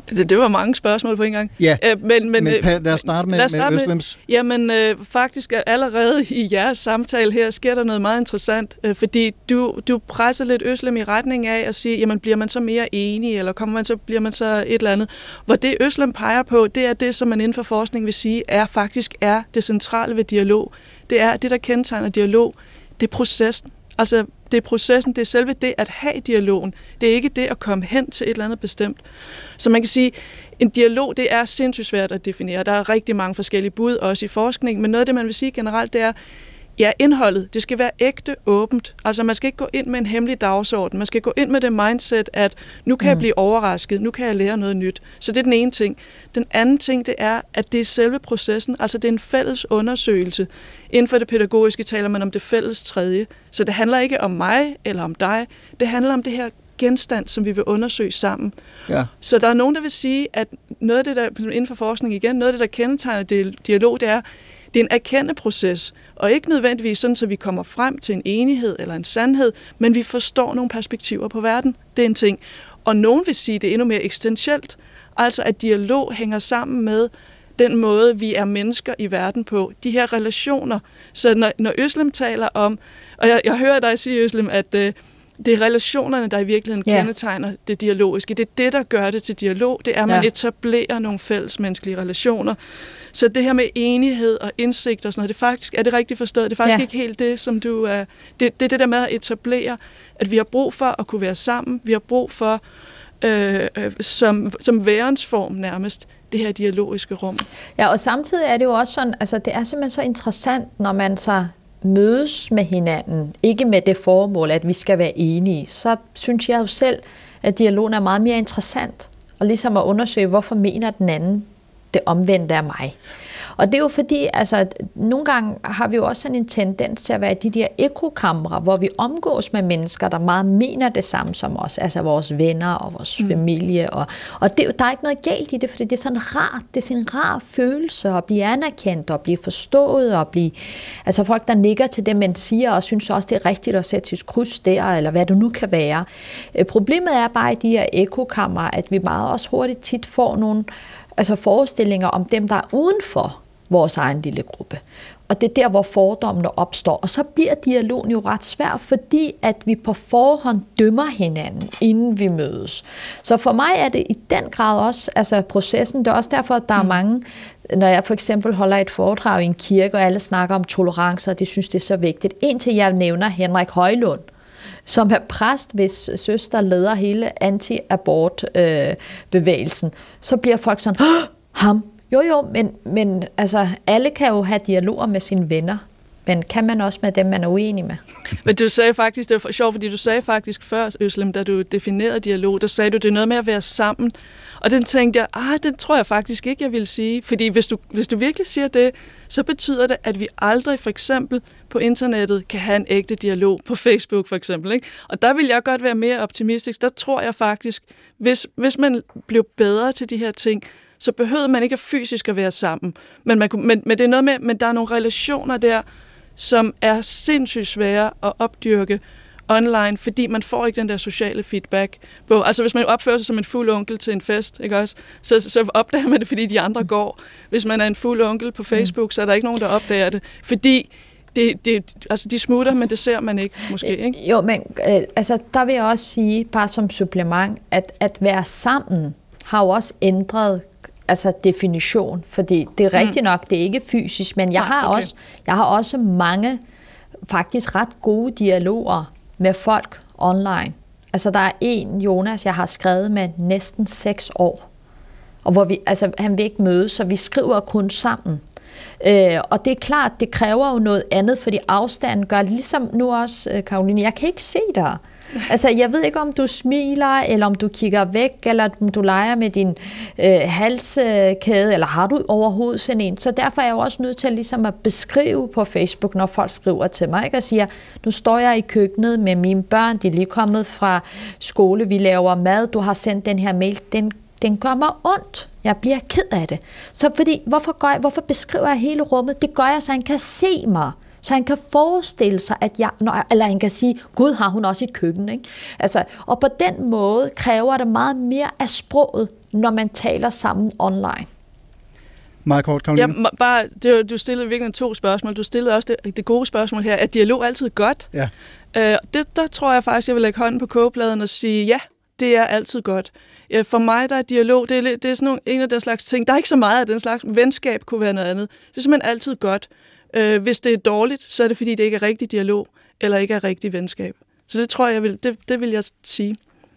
Det, det var mange spørgsmål på en gang.
Ja,
øh, men, men,
men lad os starte med,
os starte
med Özlems.
Jamen, øh, faktisk allerede i jeres samtale her sker der noget meget interessant, øh, fordi du, du presser lidt Özlem i retning af at sige, jamen bliver man så mere enig, eller kommer man så, bliver man så et eller andet. Hvor det Özlem peger på, det er det, som man inden for forskning vil sige, er faktisk er det centrale ved dialog. Det er det, der kendetegner dialog, det er processen. Altså, det er processen, det er selve det at have dialogen. Det er ikke det at komme hen til et eller andet bestemt. Så man kan sige, en dialog, det er sindssygt svært at definere. Der er rigtig mange forskellige bud, også i forskning, men noget af det, man vil sige generelt, det er, ja, indholdet, det skal være ægte åbent. Altså, man skal ikke gå ind med en hemmelig dagsorden. Man skal gå ind med det mindset, at nu kan mm. jeg blive overrasket, nu kan jeg lære noget nyt. Så det er den ene ting. Den anden ting, det er, at det er selve processen. Altså, det er en fælles undersøgelse. Inden for det pædagogiske taler man om det fælles tredje. Så det handler ikke om mig eller om dig. Det handler om det her genstand, som vi vil undersøge sammen.
Ja.
Så der er nogen, der vil sige, at noget af det, der inden for forskning igen, noget af det, der kendetegner dialog, det er, det er en erkendende proces, og ikke nødvendigvis sådan, så vi kommer frem til en enighed eller en sandhed, men vi forstår nogle perspektiver på verden. Det er en ting. Og nogen vil sige, det er endnu mere eksistentielt, altså at dialog hænger sammen med den måde, vi er mennesker i verden på. De her relationer. Så når, når Özlem taler om, og jeg, jeg hører dig sige, Özlem, at øh, det er relationerne, der i virkeligheden yeah. kendetegner det dialogiske. Det er det, der gør det til dialog. Det er, at man ja. etablerer nogle fællesmenneskelige relationer. Så det her med enighed og indsigt og sådan noget, det er faktisk, er det rigtigt forstået? Det er faktisk ja. ikke helt det, som du er... Det, det er det der med at etablere, at vi har brug for at kunne være sammen. Vi har brug for, øh, øh, som, som værensform nærmest, det her dialogiske rum.
Ja, og samtidig er det jo også sådan, altså det er simpelthen så interessant, når man så mødes med hinanden, ikke med det formål, at vi skal være enige, så synes jeg jo selv, at dialogen er meget mere interessant, og ligesom at undersøge, hvorfor mener den anden det omvendte af mig. Og det er jo fordi, altså, nogle gange har vi jo også sådan en tendens til at være i de der ekokamre, hvor vi omgås med mennesker, der meget mener det samme som os, altså vores venner og vores mm. familie. Og, og det, der er ikke noget galt i det, fordi det er sådan rart, det er sådan en rar følelse at blive anerkendt og blive forstået og blive, altså folk, der nikker til det, man siger, og synes også, det er rigtigt at sætte sit kryds der, eller hvad det nu kan være. Problemet er bare i de her ekokamre, at vi meget også hurtigt tit får nogle altså forestillinger om dem, der er uden for vores egen lille gruppe. Og det er der, hvor fordommene opstår. Og så bliver dialogen jo ret svær, fordi at vi på forhånd dømmer hinanden, inden vi mødes. Så for mig er det i den grad også altså processen. Det er også derfor, at der er mange, når jeg for eksempel holder et foredrag i en kirke, og alle snakker om tolerance, og det synes det er så vigtigt. Indtil jeg nævner Henrik Højlund, som er præst, hvis søster leder hele anti-abort-bevægelsen, øh, så bliver folk sådan, ham? Jo jo, men, men altså, alle kan jo have dialoger med sine venner, men kan man også med dem, man er uenig med?
Men du sagde faktisk, det var sjovt, fordi du sagde faktisk før, Özlem, da du definerede dialog, der sagde du, det er noget med at være sammen. Og den tænkte jeg, ah, det tror jeg faktisk ikke, jeg vil sige. Fordi hvis du, hvis du virkelig siger det, så betyder det, at vi aldrig for eksempel på internettet kan have en ægte dialog på Facebook for eksempel. Ikke? Og der vil jeg godt være mere optimistisk. Der tror jeg faktisk, hvis, hvis man blev bedre til de her ting, så behøvede man ikke fysisk at være sammen. Men, man kunne, men, men det er noget med, men der er nogle relationer der, som er sindssygt svære at opdyrke online, fordi man får ikke den der sociale feedback på. Altså hvis man opfører sig som en fuld onkel til en fest, ikke også? Så, så opdager man det, fordi de andre går. Hvis man er en fuld onkel på Facebook, så er der ikke nogen, der opdager det. Fordi det, det, altså de smutter, men det ser man ikke, måske, ikke?
Jo, men øh, altså, der vil jeg også sige, bare som supplement, at at være sammen har jo også ændret altså definition, fordi det er rigtigt nok, det er ikke fysisk, men jeg har, okay. også, jeg har også mange faktisk ret gode dialoger med folk online. Altså der er en, Jonas, jeg har skrevet med næsten seks år, og hvor vi, altså han vil ikke mødes, så vi skriver kun sammen. Øh, og det er klart, det kræver jo noget andet, fordi afstanden gør det, ligesom nu også, Caroline, jeg kan ikke se dig. Altså, jeg ved ikke, om du smiler, eller om du kigger væk, eller om du leger med din øh, halskæde, eller har du overhovedet sådan en. Så derfor er jeg jo også nødt til ligesom at beskrive på Facebook, når folk skriver til mig, ikke? Og siger, nu står jeg i køkkenet med mine børn, de er lige kommet fra skole, vi laver mad, du har sendt den her mail, den, den gør mig ondt. Jeg bliver ked af det. Så fordi, hvorfor, gør jeg, hvorfor beskriver jeg hele rummet? Det gør jeg, så han kan se mig. Så han kan forestille sig, at jeg, eller han kan sige, Gud, har hun også et køkken, ikke? Altså, og på den måde kræver det meget mere af sproget. når man taler sammen online.
Meget kort, Karoline.
Ja, bare, det, du stillede virkelig to spørgsmål. Du stillede også det, det gode spørgsmål her. Er dialog altid godt?
Ja.
Øh, det, der tror jeg faktisk, jeg vil lægge hånden på kogepladen og sige, ja, det er altid godt. Ja, for mig, der er dialog, det er, det er sådan nogle, en af den slags ting. Der er ikke så meget af den slags. Venskab kunne være noget andet. Det er simpelthen altid godt. Øh, hvis det er dårligt, så er det fordi, det ikke er rigtig dialog, eller ikke er rigtig venskab. Så det tror jeg, jeg vil, det, det vil jeg sige.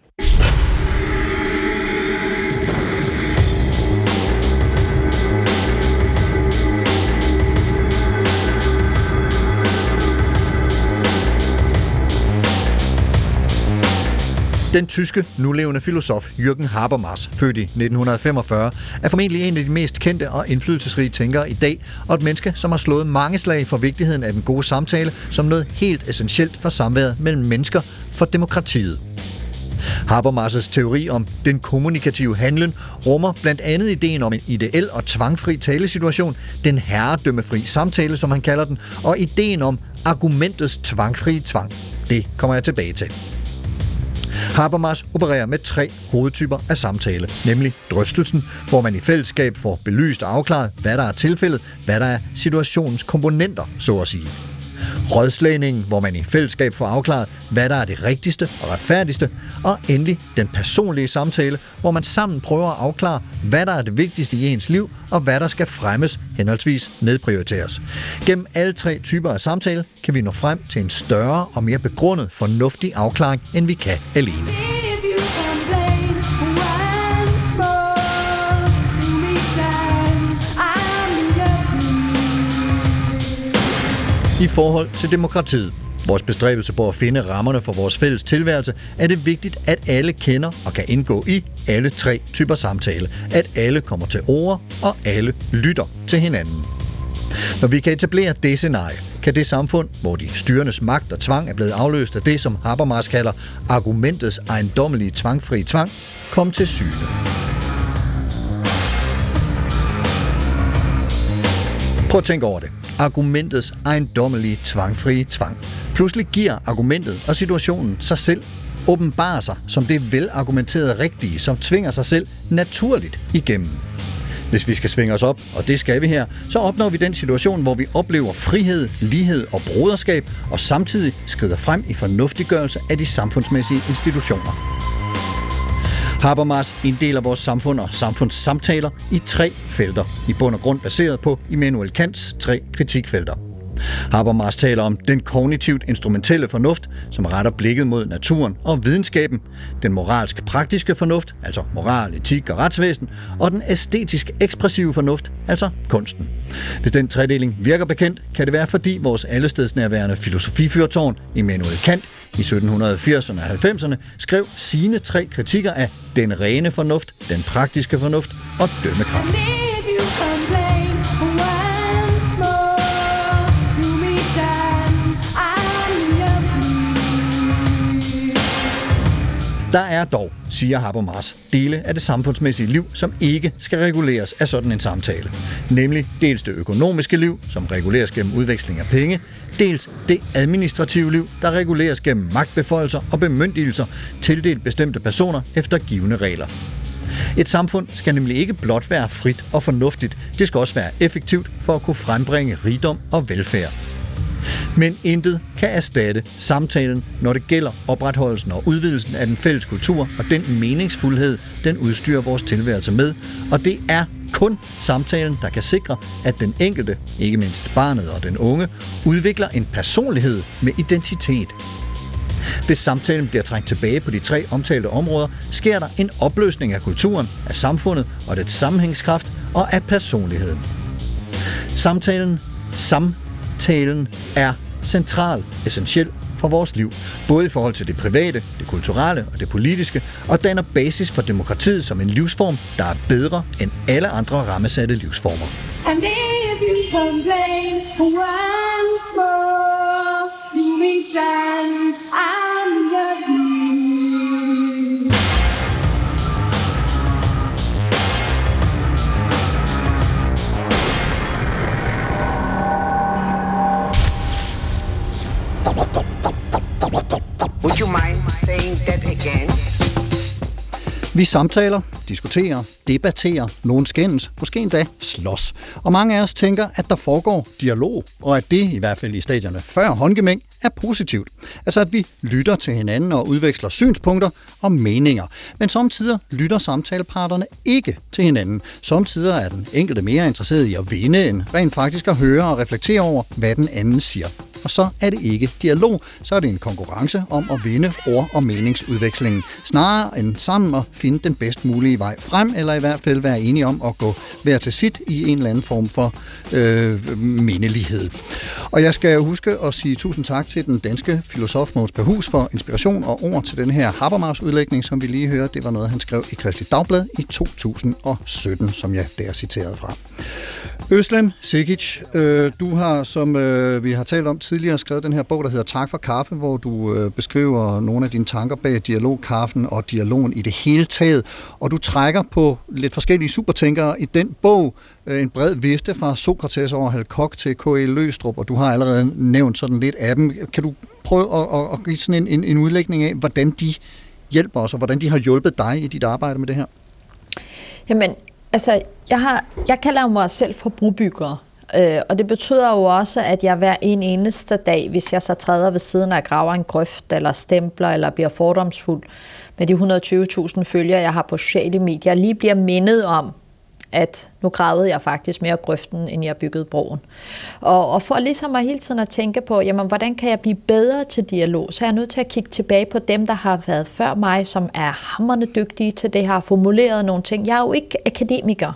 Den tyske, nulevende filosof Jürgen Habermas, født i nitten femogfyrre, er formentlig en af de mest kendte og indflydelsesrige tænkere i dag, og et menneske, som har slået mange slag for vigtigheden af den gode samtale som noget helt essentielt for samværet mellem mennesker for demokratiet. Habermas' teori om den kommunikative handlen rummer blandt andet ideen om en ideel og tvangfri talesituation, den herredømmefri samtale, som han kalder den, og ideen om argumentets tvangfri tvang. Det kommer jeg tilbage til. Habermas opererer med tre hovedtyper af samtale, nemlig drøftelsen, hvor man i fællesskab får belyst og afklaret, hvad der er tilfældet, hvad der er situationens komponenter, så at sige. Rådslagningen, hvor man i fællesskab får afklaret, hvad der er det rigtigste og retfærdigste, og endelig den personlige samtale, hvor man sammen prøver at afklare, hvad der er det vigtigste i ens liv, og hvad der skal fremmes, henholdsvis nedprioriteres. Gennem alle tre typer af samtale kan vi nå frem til en større og mere begrundet, fornuftig afklaring, end vi kan alene. I forhold til demokratiet, vores bestræbelse på at finde rammerne for vores fælles tilværelse, er det vigtigt, at alle kender og kan indgå i alle tre typer samtale. At alle kommer til ord, og alle lytter til hinanden. Når vi kan etablere det scenarie, kan det samfund, hvor de styrendes magt og tvang er blevet afløst af det, som Habermas kalder argumentets ejendommelige tvangfri tvang, komme til syne. Prøv at tænke over det. Argumentets ejendommelige tvangfrie tvang. Pludselig giver argumentet og situationen sig selv, åbenbarer sig som det velargumenterede rigtige, som tvinger sig selv naturligt igennem. Hvis vi skal svinge os op, og det skal vi her, så opnår vi den situation, hvor vi oplever frihed, lighed og broderskab, og samtidig skrider frem i fornuftiggørelse af de samfundsmæssige institutioner. Habermas inddeler vores samfund og samfundssamtaler i tre felter, i bund og grund baseret på Immanuel Kants tre kritikfelter. Habermas taler om den kognitivt instrumentelle fornuft, som retter blikket mod naturen og videnskaben, den moralsk praktiske fornuft, altså moral, etik og retsvæsen, og den æstetisk ekspressive fornuft, altså kunsten. Hvis den tredeling virker bekendt, kan det være fordi vores allestedsnærværende filosofifyrtårn Immanuel Kant i sytten firserne og halvfemserne skrev sine tre kritikker af den rene fornuft, den praktiske fornuft og dømmekraft. Der er dog, siger Habermas, dele af det samfundsmæssige liv, som ikke skal reguleres af sådan en samtale. Nemlig dels det økonomiske liv, som reguleres gennem udveksling af penge, dels det administrative liv, der reguleres gennem magtbeføjelser og bemyndigelser tildelt bestemte personer efter givne regler. Et samfund skal nemlig ikke blot være frit og fornuftigt, det skal også være effektivt for at kunne frembringe rigdom og velfærd. Men intet kan erstatte samtalen, når det gælder opretholdelsen og udvidelsen af den fælles kultur og den meningsfuldhed, den udstyrer vores tilværelse med. Og det er kun samtalen, der kan sikre, at den enkelte, ikke mindst barnet og den unge, udvikler en personlighed med identitet. Hvis samtalen bliver trængt tilbage på de tre omtalte områder, sker der en opløsning af kulturen, af samfundet og dets sammenhængskraft og af personligheden. Samtalen, sam Talen er central, essentiel for vores liv, både i forhold til det private, det kulturelle og det politiske, og danner basis for demokratiet som en livsform, der er bedre end alle andre rammesatte livsformer. And if you complain once more, you meet Dan, I'm your
Would you mind saying that again?
Vi samtaler, diskuterer, debatterer, nogen skændes, måske endda slås. Og mange af os tænker, at der foregår dialog, og at det, i hvert fald i stadierne før håndgemæng, er positivt. Altså at vi lytter til hinanden og udveksler synspunkter og meninger. Men samtidig lytter samtaleparterne ikke til hinanden. Samtidig er den enkelte mere interesseret i at vinde, end rent faktisk at høre og reflektere over, hvad den anden siger. Og så er det ikke dialog, så er det en konkurrence om at vinde ord- og meningsudvekslingen. Snarere end sammen at finde den bedst mulige vej frem, eller i hvert fald være enige om at gå hver til sit i en eller anden form for øh, mindelighed. Og jeg skal huske at sige tusind tak til den danske filosof Mogens Berghus for inspiration og ord til den her Habermas-udlægning, som vi lige hørte. Det var noget, han skrev i Kristeligt Dagblad i to tusind og sytten, som jeg der citerede fra. Özlem Cekic, øh, du har, som øh, vi har talt om tidligere, skrevet den her bog, der hedder Tak for kaffe, hvor du øh, beskriver nogle af dine tanker bag dialogkaffen og dialogen i det hele taget. Og du trækker på lidt forskellige supertænkere i den bog, øh, en bred vifte fra Sokrates over Hal Koch til K E Løgstrup, og du har allerede nævnt sådan lidt af dem. Kan du prøve at, at, at give sådan en, en, en udlægning af, hvordan de hjælper os, og hvordan de har hjulpet dig i dit arbejde med det her?
Jamen, altså, jeg, har, jeg kalder mig selv for brobygger. Øh, og det betyder jo også, at jeg hver en eneste dag, hvis jeg så træder ved siden af graver en grøft, eller stempler, eller bliver fordomsfuld med de et hundrede og tyve tusind følgere, jeg har på sociale medier, lige bliver mindet om, at nu gravede jeg faktisk mere grøften, end jeg byggede broen. Og, og for ligesom at hele tiden at tænke på, jamen, hvordan kan jeg blive bedre til dialog, så er jeg nødt til at kigge tilbage på dem, der har været før mig, som er hamrende dygtige til det, har formuleret nogle ting. Jeg er jo ikke akademiker.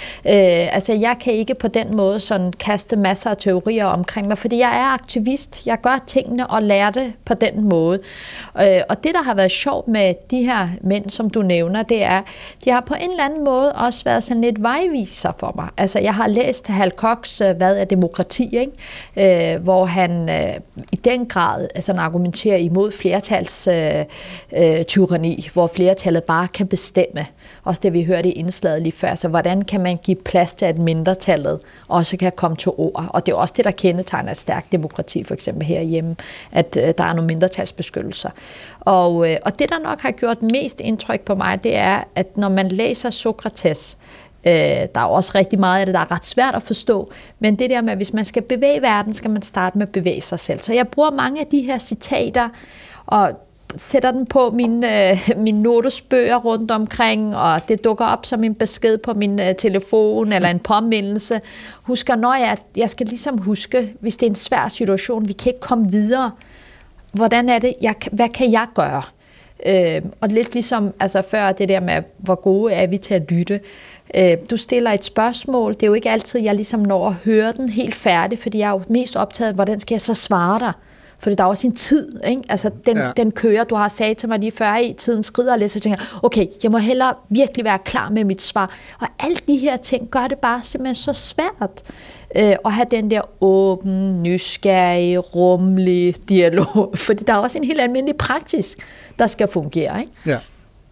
Øh, altså jeg kan ikke på den måde sådan kaste masser af teorier omkring mig, fordi jeg er aktivist, jeg gør tingene og lærer det på den måde. Øh, og det, der har været sjovt med de her mænd, som du nævner, det er, de har på en eller anden måde også været sådan lidt vejviser for mig. Altså jeg har læst Hal Kochs Hvad er demokrati, ikke? Øh, hvor han øh, i den grad altså, argumenterer imod flertals øh, øh, tyranni, hvor flertallet bare kan bestemme. Også det, vi hørte i indslaget lige før. Så hvordan kan man give plads til, at mindretallet også kan komme til ord? Og det er også det, der kendetegner et stærkt demokrati, for eksempel herhjemme, at øh, der er nogle mindretalsbeskyttelser. Og, øh, og det, der nok har gjort mest indtryk på mig, det er, at når man læser Sokrates, øh, der er også rigtig meget af det, der er ret svært at forstå, men det der med, at hvis man skal bevæge verden, skal man starte med at bevæge sig selv. Så jeg bruger mange af de her citater, og sætter den på mine, øh, mine notesbøger rundt omkring, og det dukker op som en besked på min øh, telefon, eller en påmindelse. Husker, når jeg, jeg skal ligesom huske, hvis det er en svær situation, vi kan ikke komme videre. Hvordan er det? Jeg, hvad kan jeg gøre? Øh, og lidt ligesom altså før det der med, hvor gode er vi til at lytte. Øh, du stiller et spørgsmål, det er jo ikke altid, jeg ligesom når at høre den helt færdig, fordi jeg er jo mest optaget af, hvordan skal jeg så svare dig? For der er også en tid, ikke? Altså den, ja. den kører, du har sagt til mig lige før, i tiden skrider lidt, så jeg tænker, okay, jeg må hellere virkelig være klar med mit svar. Og alle de her ting gør det bare simpelthen så svært øh, at have den der åben, nysgerrige, rummelige dialog. Fordi der er også en helt almindelig praksis, der skal fungere, ikke?
Ja.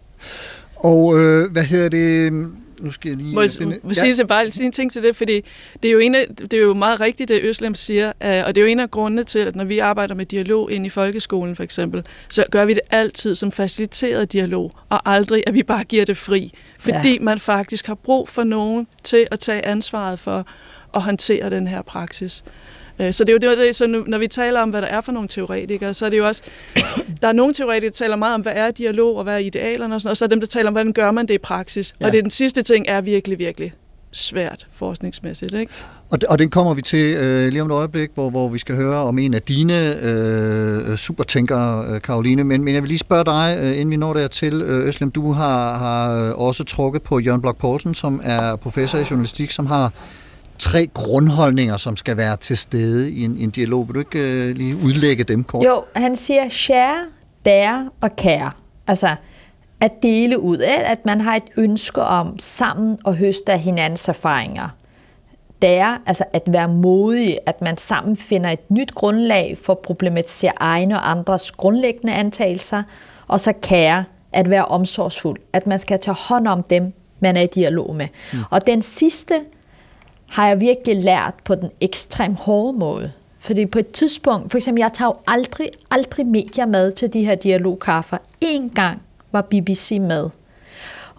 Og øh, hvad hedder det... Nu skal jeg lige...
Må jeg ja. sige, til bare sige en ting til det, fordi det er jo, en af, det er jo meget rigtigt, det Özlem siger, og det er jo en af grundene til, at når vi arbejder med dialog ind i folkeskolen for eksempel, så gør vi det altid som faciliteret dialog, og aldrig, at vi bare giver det fri. Fordi ja. man faktisk har brug for nogen til at tage ansvaret for at håndtere den her praksis. Så det er jo det, så nu, når vi taler om, hvad der er for nogle teoretikere, så er det jo også, der er nogle teoretikere, der taler meget om, hvad er dialog, og hvad er idealerne, og, sådan, og så er dem, der taler om, hvordan gør man det i praksis. Ja. Og det er den sidste ting, er virkelig, virkelig svært forskningsmæssigt, ikke?
Og, og den kommer vi til øh, lige om et øjeblik, hvor, hvor vi skal høre om en af dine øh, supertænkere, Caroline. Men, men jeg vil lige spørge dig, øh, inden vi når dertil, øh, Özlem, du har, har også trukket på Jørgen Bloch Poulsen, som er professor i journalistik, som har tre grundholdninger, som skal være til stede i en, en dialog. Vil du ikke øh, lige udlægge dem kort?
Jo, han siger share, dare og care. Altså at dele ud af, at man har et ønske om sammen at høste af hinandens erfaringer. Dare, altså at være modig, at man sammen finder et nyt grundlag for at problematisere egne og andres grundlæggende antagelser. Og så care, at være omsorgsfuld. At man skal tage hånd om dem, man er i dialog med. Mm. Og den sidste har jeg virkelig lært på den ekstremt hårde måde. Fordi på et tidspunkt, for eksempel, jeg tager jo aldrig, aldrig medier med til de her dialogkaffer. En gang var B B C med.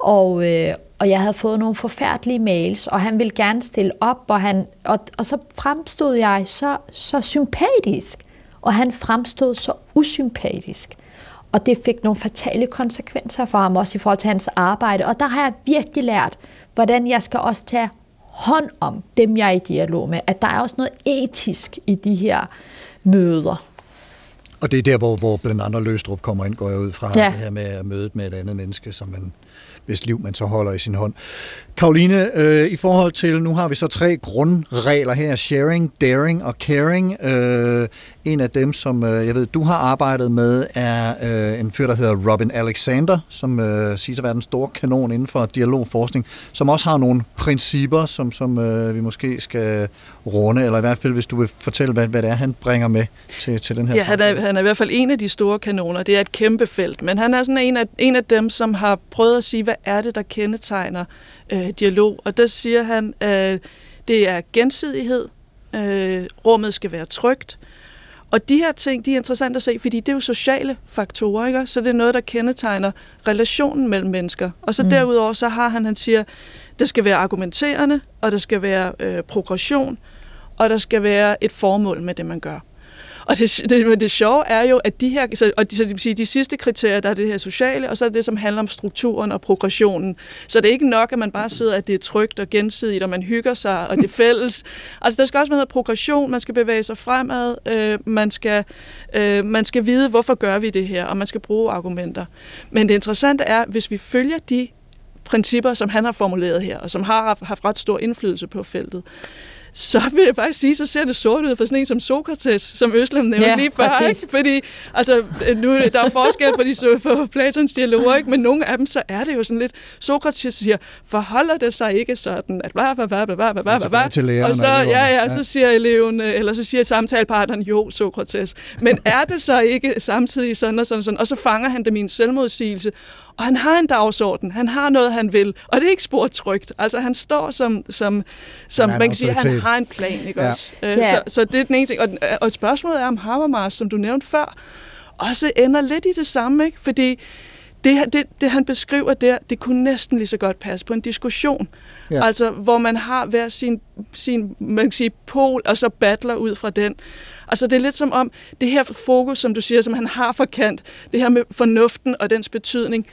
Og, øh, og jeg havde fået nogle forfærdelige mails, og han ville gerne stille op, og, han, og, og så fremstod jeg så, så sympatisk, og han fremstod så usympatisk. Og det fik nogle fatale konsekvenser for ham, også i forhold til hans arbejde. Og der har jeg virkelig lært, hvordan jeg skal også tage hånd om dem, jeg er i dialog med. At der er også noget etisk i de her møder.
Og det er der, hvor, hvor blandt andre Løgstrup kommer ind, går jeg ud fra, ja. Det her med at møde med et andet menneske, som man, hvis liv man så holder i sin hånd. Caroline, øh, i forhold til, nu har vi så tre grundregler her, sharing, daring og caring. Øh, en af dem, som øh, jeg ved, du har arbejdet med, er øh, en fyr, der hedder Robin Alexander, som øh, siges at være den store kanon inden for dialogforskning, som også har nogle principper, som, som øh, vi måske skal runde, eller i hvert fald, hvis du vil fortælle, hvad, hvad det er, han bringer med til, til den her
Ja, han er, han er i hvert fald en af de store kanoner. Det er et kæmpe felt, men han er sådan en af, en af dem, som har prøvet at sige, hvad er det, der kendetegner øh, dialog. Og der siger han, at øh, det er gensidighed, øh, rummet skal være trygt, og de her ting, de er interessante at se, fordi det er jo sociale faktorer, ikke? Så det er noget, der kendetegner relationen mellem mennesker. Og så mm. derudover, så har han, han siger, der skal være argumenterende, og der skal være øh, progression, og der skal være et formål med det, man gør. Og det, det, det sjove er jo, at de her, så, og de, så det vil sige, de sidste kriterier, der er det her sociale, og så er det, som handler om strukturen og progressionen. Så det er ikke nok, at man bare sidder, at det er trygt og gensidigt, og man hygger sig, og det er fælles. Altså, der skal også være noget progression, man skal bevæge sig fremad, øh, man, skal, øh, man skal vide, hvorfor gør vi det her, og man skal bruge argumenter. Men det interessante er, hvis vi følger de principper, som han har formuleret her, og som har haft ret stor indflydelse på feltet, så vil jeg faktisk sige, så ser det sort ud for sådan en som Sokrates, som Øslem nævnte ja, lige før. Ikke? Fordi altså, nu, der er forskel på, de, på Platons dialoger, ikke? Men nogle af dem, så er det jo sådan lidt, Sokrates siger, forholder det sig ikke sådan, at bla bla bla bla bla bla bla, og så, ja, ja, så siger eleven, eller så siger samtalepartneren, jo, Sokrates. Men er det så ikke samtidig sådan og sådan, sådan, og så fanger han det min selvmodsigelse, og han har en dagsorden, han har noget, han vil, og det er ikke spor trygt. Altså, han står som, som, som man kan sige, han har en plan, ikke ja. også? Øh, yeah. så, så det er den ene ting. Og, og spørgsmålet er, om Habermas, som du nævnte før, også ender lidt i det samme, ikke? Fordi det, det, det, han beskriver der, det kunne næsten lige så godt passe på en diskussion. Ja. Altså, hvor man har hver sin, sin man kan sige, pol, og så battler ud fra den. Altså, det er lidt som om, det her fokus, som du siger, som han har for Kant, det her med fornuften og dens betydning,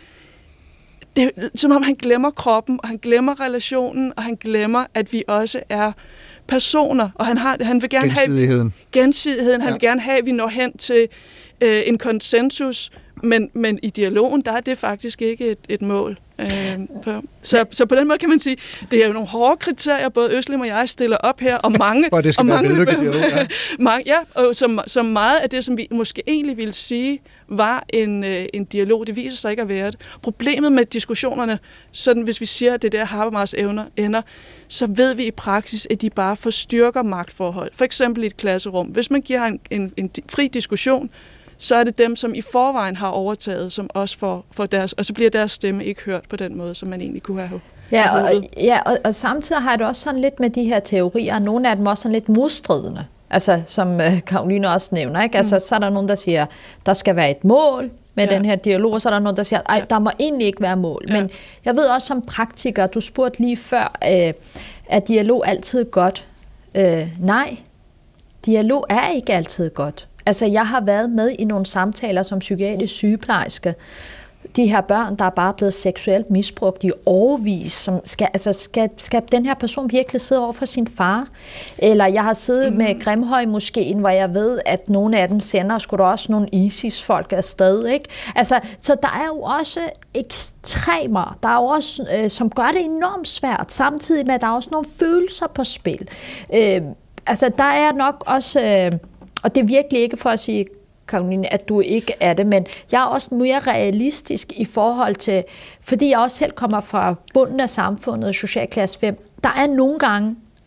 det er som om, han glemmer kroppen, og han glemmer relationen, og han glemmer, at vi også er personer, og han, har, han vil gerne
gensidigheden.
have gensidigheden. Han ja. vil gerne have, at vi når hen til øh, en konsensus, men, men i dialogen, der er det faktisk ikke et, et mål. Øh, på. Så, så på den måde kan man sige, det er jo nogle hårde kriterier, både Øslem og jeg stiller op her, og mange...
For det skal
og
være
mange,
dialog, ja.
mange, ja, og som, som meget af det, som vi måske egentlig ville sige, var en, øh, en dialog, det viser sig ikke at være det. Problemet med diskussionerne, sådan hvis vi siger, at det der Habermas evner ender, så ved vi i praksis, at de bare forstyrker magtforhold. For eksempel i et klasserum. Hvis man giver en, en, en fri diskussion, så er det dem, som i forvejen har overtaget, som også får, får deres, og så bliver deres stemme ikke hørt på den måde, som man egentlig kunne have.
Ja, og, ja og, og samtidig har det også sådan lidt med de her teorier, nogle af dem også sådan lidt modstridende, altså som øh, Caroline også nævner, ikke? Altså, mm. så er der nogen, der siger, der skal være et mål med ja. den her dialog, og så er der nogen, der siger, ej, der må egentlig ikke være mål. Ja. Men jeg ved også som praktiker, du spurgte lige før, øh, er dialog altid godt? Øh, nej, dialog er ikke altid godt. Altså, jeg har været med i nogle samtaler som psykiatrisk sygeplejerske. De her børn, der er bare blevet seksuelt misbrugt i årevis, som skal, altså, skal, skal den her person virkelig sidde over for sin far? Eller jeg har siddet mm. med Grimhøj-moskeen, hvor jeg ved, at nogle af dem sender sgu da også nogle ISIS-folk afsted, ikke? Altså, så der er jo også ekstremer, der er jo også, øh, som gør det enormt svært, samtidig med, at der er også nogle følelser på spil. Øh, altså, der er nok også... Øh, Og det er virkelig ikke for at sige, Caroline, at du ikke er det, men jeg er også mere realistisk i forhold til, fordi jeg også selv kommer fra bunden af samfundet, socialklasse fem, der er nogle gange,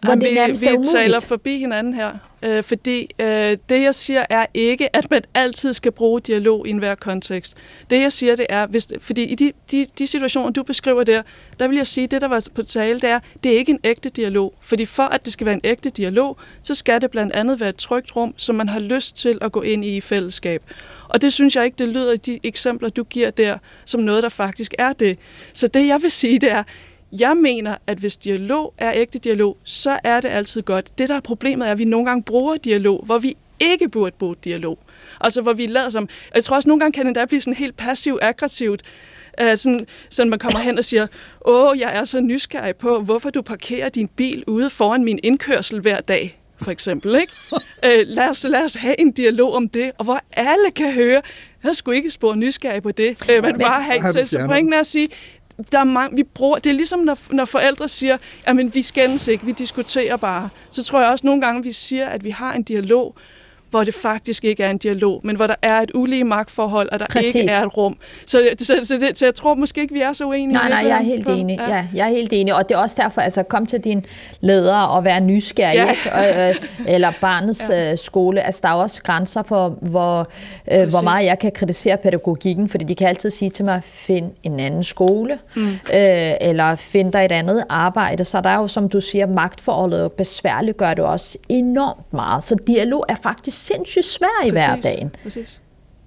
hvor det
vi,
nærmest
vi
er umuligt.
taler forbi hinanden her, øh, fordi øh, det jeg siger er ikke, at man altid skal bruge dialog i enhver kontekst. Det jeg siger, det er, hvis, fordi i de, de, de situationer, du beskriver der, der vil jeg sige, det der var på tale, det er, det er ikke en ægte dialog. Fordi for at det skal være en ægte dialog, så skal det blandt andet være et trygt rum, som man har lyst til at gå ind i i fællesskab. Og det synes jeg ikke, det lyder i de eksempler, du giver der, som noget, der faktisk er det. Så det jeg vil sige, det er, jeg mener, at hvis dialog er ægte dialog, så er det altid godt. Det, der er problemet, er, at vi nogle gange bruger dialog, hvor vi ikke burde bruge dialog. Altså, hvor vi lader som... Jeg tror også, nogle gange kan det da blive sådan helt passivt-aggressivt. Uh, sådan, sådan man kommer hen og siger, åh, jeg er så nysgerrig på, hvorfor du parkerer din bil ude foran min indkørsel hver dag, for eksempel, ikke? uh, lad, os, lad os have en dialog om det, og hvor alle kan høre, jeg skulle ikke spore nysgerrig på det. Uh, man bare have, så, så pointen er at sige, der er mange, vi bruger, det er ligesom, når, når forældre siger, at vi skændes ikke, vi diskuterer bare. Så tror jeg også nogle gange, vi siger, at vi har en dialog, hvor det faktisk ikke er en dialog, men hvor der er et ulige magtforhold, og der Præcis. ikke er et rum. Så, så, så, det, så jeg tror måske ikke, vi er så uenige.
Nej, nej, jeg er helt enig. Ja. Ja, jeg er helt enig, og det er også derfor, altså kom til din leder og være nysgerrig, ja. ikke? Øh, eller barnets ja. øh, skole. Altså der er også grænser for, hvor, øh, hvor meget jeg kan kritisere pædagogikken, fordi de kan altid sige til mig, find en anden skole, mm. øh, eller find dig et andet arbejde. Så der er jo, som du siger, magtforholdet og besværligt gør det også enormt meget. Så dialog er faktisk sindssygt svær i hverdagen.
Præcis.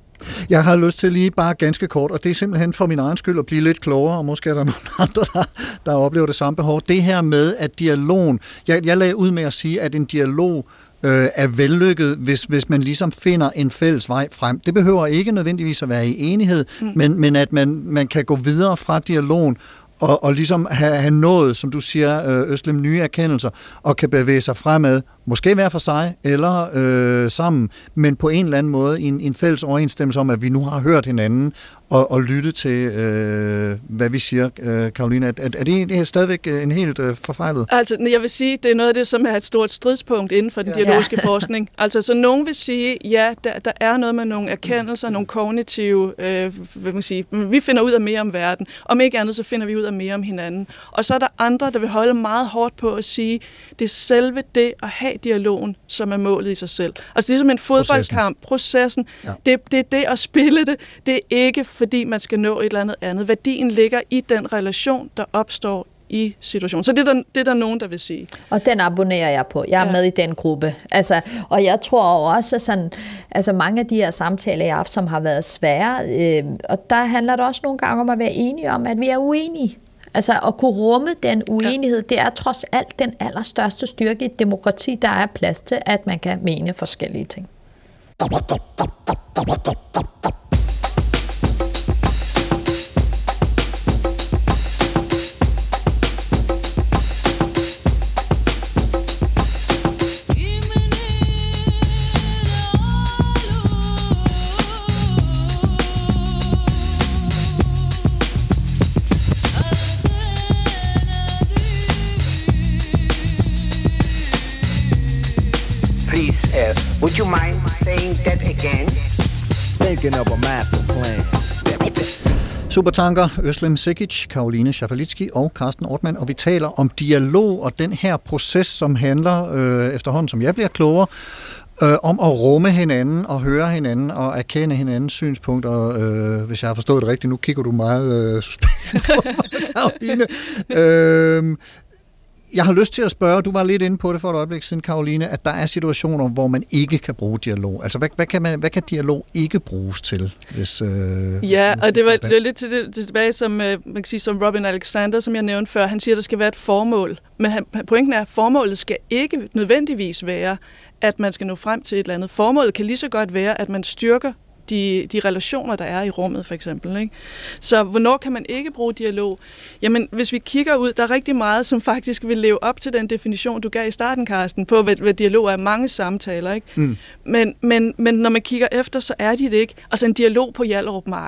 Jeg har lyst til lige bare ganske kort, og det er simpelthen for min egen skyld at blive lidt klogere, og måske er der nogle andre, der, der oplever det samme behov. Det her med, at dialogen, jeg, jeg lagde ud med at sige, at en dialog øh, er vellykket, hvis, hvis man ligesom finder en fælles vej frem. Det behøver ikke nødvendigvis at være i enighed, mm. men, men at man, man kan gå videre fra dialogen, og, og ligesom have, have nået, som du siger, Özlem, nye erkendelser, og kan bevæge sig fremad, måske hver for sig, eller øh, sammen, men på en eller anden måde i en, en fælles overensstemmelse om, at vi nu har hørt hinanden, og, og lyttet til, øh, hvad vi siger, øh, Caroline. Er, er det, det er stadigvæk en helt øh, forfejlet?
Altså, jeg vil sige, det er noget af det, som er et stort stridspunkt inden for den ja. dialogiske ja. forskning. Altså, så nogen vil sige, ja, der, der er noget med nogle erkendelser, nogle kognitive, øh, hvad man sige, vi finder ud af mere om verden. Om ikke andet, så finder vi ud af mere om hinanden. Og så er der andre, der vil holde meget hårdt på at sige, det er selve det at have dialogen, som er målet i sig selv. Altså, det er som en fodboldkamp, processen. Ja. Det, det er det at spille det. Det er ikke, fordi man skal nå et eller andet andet. Værdien ligger i den relation, der opstår i situationen. Så det er, der, det er der nogen, der vil sige.
Og den abonnerer jeg på. Jeg er ja. med i den gruppe. Altså, og jeg tror også, sådan, altså mange af de her samtaler, jeg har haft, som har været svære, øh, og der handler det også nogle gange om at være enige om, at vi er uenige. Altså at kunne rumme den uenighed, ja. det er trods alt den allerstørste styrke i et demokrati, der er plads til, at man kan mene forskellige ting.
Would you mind saying that again?
Thinking of a master plan.
Supertanker, Özlem Cekic, Caroline Schaffelitsky og Carsten Ortmann, og vi taler om dialog og den her proces, som handler øh, efterhånden, som jeg bliver klogere, øh, om at rumme hinanden og høre hinanden og erkende hinandens synspunkter. Øh, hvis jeg har forstået det rigtigt, nu kigger du meget øh, suspekt på mig, Caroline. Øh, Jeg har lyst til at spørge, du var lidt inde på det for et øjeblik siden, Caroline, at der er situationer, hvor man ikke kan bruge dialog. Altså, hvad, hvad, kan, man, hvad kan dialog ikke bruges til? Hvis, øh,
ja, og det var, det var lidt til det, tilbage, som, man kan sige, som Robin Alexander, som jeg nævnte før, han siger, at der skal være et formål. Men han, pointen er, at formålet skal ikke nødvendigvis være, at man skal nå frem til et eller andet. Formålet kan lige så godt være, at man styrker De, de relationer, der er i rummet, for eksempel. Ikke? Så hvornår kan man ikke bruge dialog? Jamen, hvis vi kigger ud, der er rigtig meget, som faktisk vil leve op til den definition, du gav i starten, Carsten, på, hvad, hvad dialog er. Mange samtaler, ikke? Mm. Men, men, men når man kigger efter, så er de det ikke. Altså en dialog på Hjallerup Marked.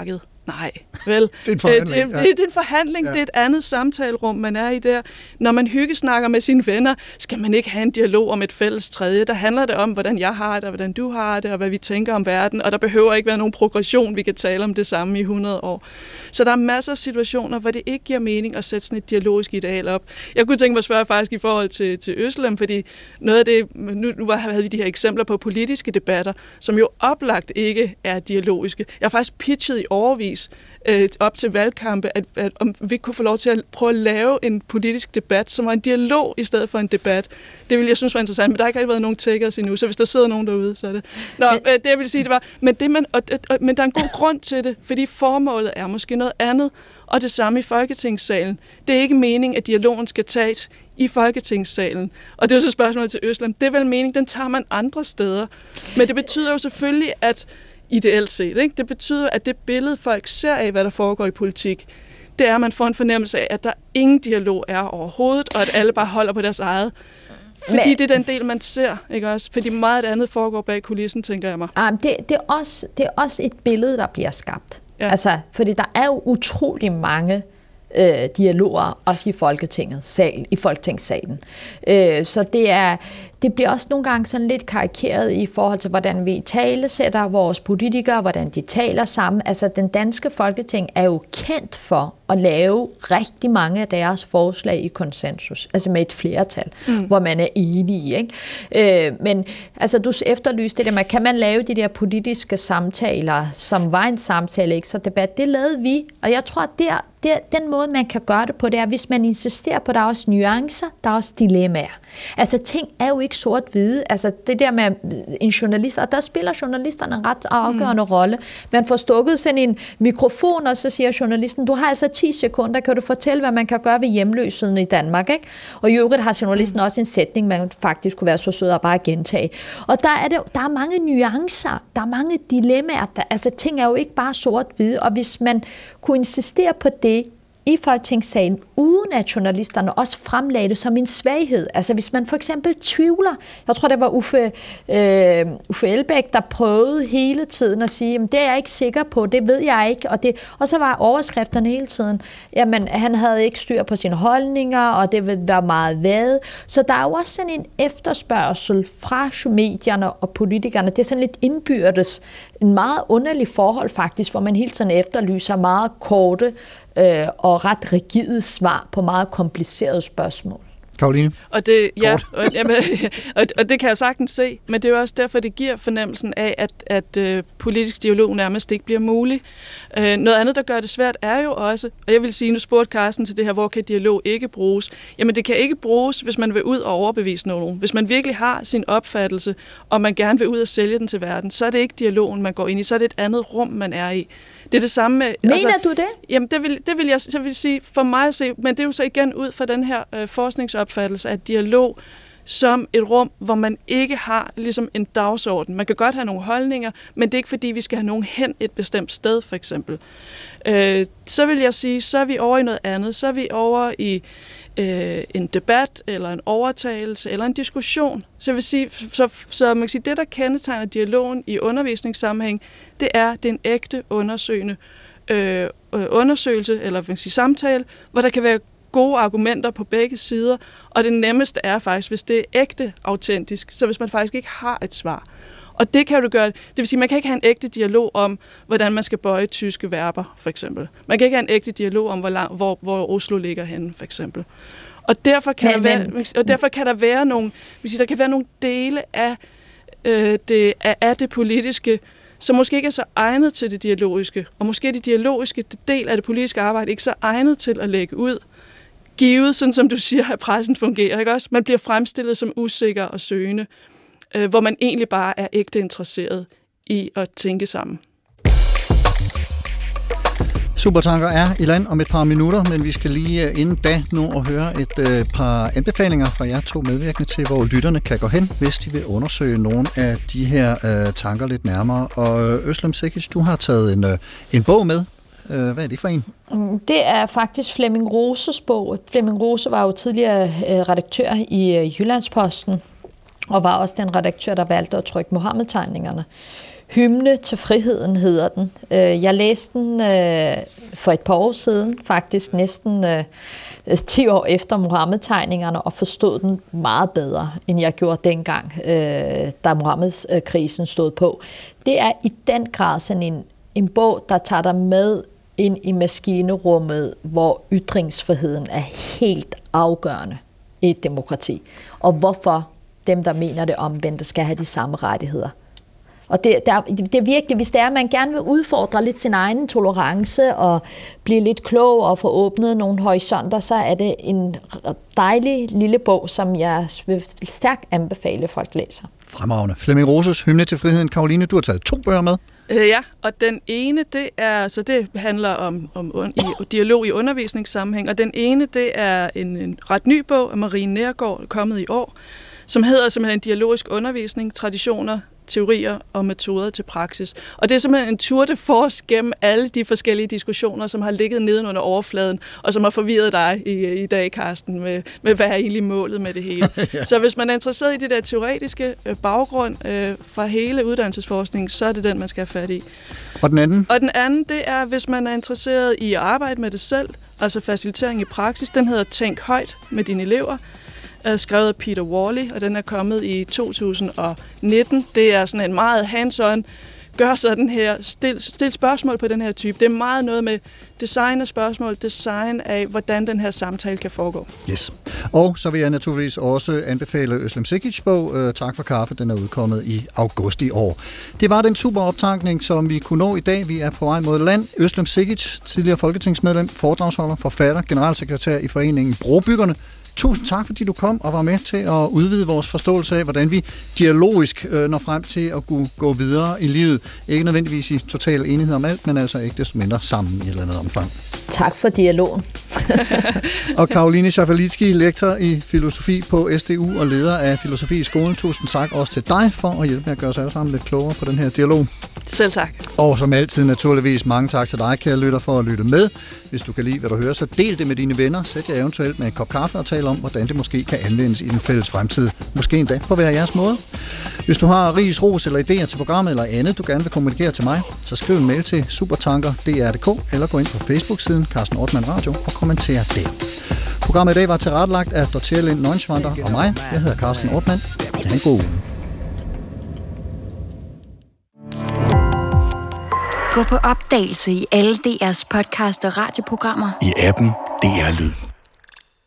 Nej, vel.
Det er en forhandling.
Det, det, det er en forhandling, ja. Det er et andet samtalerum, man er i der. Når man hyggesnakker med sine venner, skal man ikke have en dialog om et fælles tredje. Der handler det om, hvordan jeg har det, og hvordan du har det, og hvad vi tænker om verden, og der behøver ikke være nogen progression, vi kan tale om det samme i hundrede år. Så der er masser af situationer, hvor det ikke giver mening at sætte sådan et dialogisk ideal op. Jeg kunne tænke mig at spørge faktisk i forhold til, til Øslem, fordi noget af det, nu, nu havde vi de her eksempler på politiske debatter, som jo oplagt ikke er dialogiske. Jeg har faktisk pitchet i overvis øh, op til valgkampe, at, at om vi ikke kunne få lov til at prøve at lave en politisk debat, som var en dialog i stedet for en debat. Det ville jeg synes var interessant, men der har ikke rigtig været nogen takers endnu, så hvis der sidder nogen derude, så er det. Nå, øh, det jeg vil sige, det var, men, det man, og, og, men der er en god grund til det, fordi formålet er måske noget andet, og det samme i Folketingssalen. Det er ikke meningen, at dialogen skal tages i Folketingssalen. Og det er jo så et spørgsmål til Øslem. Det er vel meningen, den tager man andre steder. Men det betyder jo selvfølgelig, at ideelt set, ikke? Det betyder, at det billede, folk ser af, hvad der foregår i politik, det er, at man får en fornemmelse af, at der ingen dialog er overhovedet, og at alle bare holder på deres eget. Fordi Men, det er den del, man ser, ikke også? Fordi meget af det andet foregår bag kulissen, tænker jeg mig.
Um, det, det, er også, det er også et billede, der bliver skabt. Ja. Altså, fordi der er jo utrolig mange øh, dialoger, også i Folketinget, sal, i Folketingssalen. Øh, så det er, det bliver også nogle gange sådan lidt karikeret i forhold til, hvordan vi talesætter vores politikere, hvordan de taler sammen. Altså, den danske Folketing er jo kendt for at lave rigtig mange af deres forslag i konsensus, altså med et flertal, mm. hvor man er enige, ikke? Øh, men altså, du efterlyste det der med, kan man lave de der politiske samtaler, som var en samtale, ikke så debat, det lavede vi, og jeg tror, at der, der, den måde, man kan gøre det på, det er, hvis man insisterer på, at der er også nuancer, der er også dilemmaer. Altså, ting er jo ikke sort-hvide. Altså, det der med en journalist, og der spiller journalisterne en ret afgørende mm. rolle. Man får stukket sådan en mikrofon, og så siger journalisten, du har altså ti sekunder, kan du fortælle, hvad man kan gøre ved hjemløsheden i Danmark, ikke? Og i øvrigt har journalisten mm. også en sætning, man faktisk kunne være så sød at bare gentage. Og der er, det, der er mange nuancer, der er mange dilemmaer. Der, altså, ting er jo ikke bare sort-hvide, og hvis man kunne insistere på det, i Folketingssalen, uden at journalisterne også fremlagde det som en svaghed. Altså hvis man for eksempel tvivler, jeg tror det var Uffe, øh, Uffe Elbæk, der prøvede hele tiden at sige, jamen, det er jeg ikke sikker på, det ved jeg ikke, og, det, og så var overskrifterne hele tiden, jamen han havde ikke styr på sine holdninger, og det var meget vade. Så der er jo også sådan en efterspørgsel fra medierne og politikerne, det er sådan lidt indbyrdes, en meget underlig forhold faktisk, hvor man hele tiden efterlyser meget korte øh, og ret rigide svar på meget komplicerede spørgsmål.
Karoline?
Og det, ja, og, jamen, og, og det kan jeg sagtens se, men det er jo også derfor, det giver fornemmelsen af, at, at øh, politisk dialog nærmest ikke bliver mulig. Øh, noget andet, der gør det svært, er jo også, og jeg vil sige, nu spurgte Carsten til det her, hvor kan dialog ikke bruges? Jamen det kan ikke bruges, hvis man vil ud og overbevise nogen. Hvis man virkelig har sin opfattelse, og man gerne vil ud og sælge den til verden, så er det ikke dialogen, man går ind i, så er det et andet rum, man er i. Det er det samme med...
Mener altså, du det?
Jamen det vil, det vil jeg så vil sige, for mig at se, men det er jo så igen ud fra den her øh, forskningsopfattelse af dialog som et rum, hvor man ikke har ligesom en dagsorden. Man kan godt have nogle holdninger, men det er ikke fordi, vi skal have nogen hen et bestemt sted, for eksempel. Øh, så vil jeg sige, så er vi over i noget andet. Så er vi over i øh, en debat, eller en overtagelse, eller en diskussion. Så jeg vil sige, så, så man kan sige, det, der kendetegner dialogen i undervisningssammenhæng, det er, det er en ægte undersøgende øh, undersøgelse, eller man kan sige samtale, hvor der kan være gode argumenter på begge sider, og det nemmeste er faktisk, hvis det er ægte autentisk, så hvis man faktisk ikke har et svar. Og det kan du gøre, det vil sige, man kan ikke have en ægte dialog om, hvordan man skal bøje tyske verber, for eksempel. Man kan ikke have en ægte dialog om, hvor, lang, hvor, hvor Oslo ligger henne, for eksempel. Og derfor kan, men, der, være, og derfor kan der være nogle, vil sige, der kan være nogle dele af, øh, det, af, af det politiske, som måske ikke er så egnet til det dialogiske, og måske det dialogiske det del af det politiske arbejde ikke så egnet til at lægge ud, givet, sådan som du siger, at pressen fungerer, ikke også? Man bliver fremstillet som usikker og søgende, øh, hvor man egentlig bare er ægte interesseret i at tænke sammen.
Supertanker er i land om et par minutter, men vi skal lige inden da nå at høre et øh, par anbefalinger fra jer to medvirkende til, hvor lytterne kan gå hen, hvis de vil undersøge nogle af de her øh, tanker lidt nærmere. Og Özlem Cekic, du har taget en, øh, en bog med. Hvad er det for en?
Det er faktisk Flemming Roses bog. Flemming Rose var jo tidligere redaktør i Jyllandsposten, og var også den redaktør, der valgte at trykke Mohammed-tegningerne. Hymne til friheden hedder den. Jeg læste den for et par år siden, faktisk næsten ti år efter Mohammed-tegningerne, og forstod den meget bedre, end jeg gjorde dengang, da Mohammed-krisen stod på. Det er i den grad sådan en, en bog, der tager dig med ind i maskinerummet, hvor ytringsfriheden er helt afgørende i et demokrati. Og hvorfor dem, der mener det omvendte, skal have de samme rettigheder. Og det, der, det er virkelig, hvis det er, at man gerne vil udfordre lidt sin egen tolerance og blive lidt klog og få åbnet nogle horisonter, så er det en dejlig lille bog, som jeg vil stærkt anbefale, folk læser.
Fremragende. Flemming Roses Hymne til friheden. Karoline, du har taget to bøger med.
Øh, ja, og den ene, det er, så det handler om, om un, i, dialog i undervisningssammenhæng, og den ene, det er en, en ret ny bog af Marie Neergaard, kommet i år, som hedder simpelthen Dialogisk undervisning, traditioner, teorier og metoder til praksis. Og det er simpelthen en tour de force gennem alle de forskellige diskussioner, som har ligget neden under overfladen, og som har forvirret dig i, i dag, Carsten, med, med hvad er egentlig målet med det hele. Ja. Så hvis man er interesseret i det der teoretiske øh, baggrund øh, fra hele uddannelsesforskningen, så er det den, man skal have fat i.
Og den anden?
Og den anden, det er, hvis man er interesseret i at arbejde med det selv, altså facilitering i praksis. Den hedder Tænk højt med dine elever, skrevet af Peter Worley, og den er kommet i to tusind nitten. Det er sådan en meget hands-on, gør sådan her, stil, stil spørgsmål på den her type. Det er meget noget med design af spørgsmål, design af, hvordan den her samtale kan foregå.
Yes. Og så vil jeg naturligvis også anbefale Özlem Cekics bog, uh, Tak for kaffe, den er udkommet i august i år. Det var den super optankning, som vi kunne nå i dag. Vi er på vej mod land. Özlem Cekic, tidligere folketingsmedlem, foredragsholder, forfatter, generalsekretær i foreningen Brobyggerne. Tusind tak, fordi du kom og var med til at udvide vores forståelse af, hvordan vi dialogisk øh, når frem til at kunne gå videre i livet. Ikke nødvendigvis i total enighed om alt, men altså ikke desto mindre sammen i et eller andet omfang.
Tak for dialogen.
Og Karoline Schafalitski, lektor i filosofi på S D U og leder af filosofi i skolen. Tusind tak også til dig for at hjælpe med at gøre os alle sammen lidt klogere på den her dialog.
Selv tak.
Og som altid naturligvis mange tak til dig, kære lytter, for at lytte med. Hvis du kan lide, hvad du hører, så del det med dine venner. Sæt jer eventuelt med en kop kaffe og tal om, hvordan det måske kan anvendes i den fælles fremtid. Måske endda på hver jeres måde. Hvis du har ris, ros eller idéer til programmet eller andet, du gerne vil kommunikere til mig, så skriv en mail til supertanker punktum d r punktum d k eller gå ind på Facebook-siden Carsten Ortmann Radio og kommenter der. Programmet i dag var tilrettelagt af Dorthea Lind Neuschwander og mig. Jeg hedder Carsten Ortmann. Ha' en god uge.
Gå på opdagelse i alle D R's podcast og radioprogrammer.
I appen D R Lyd.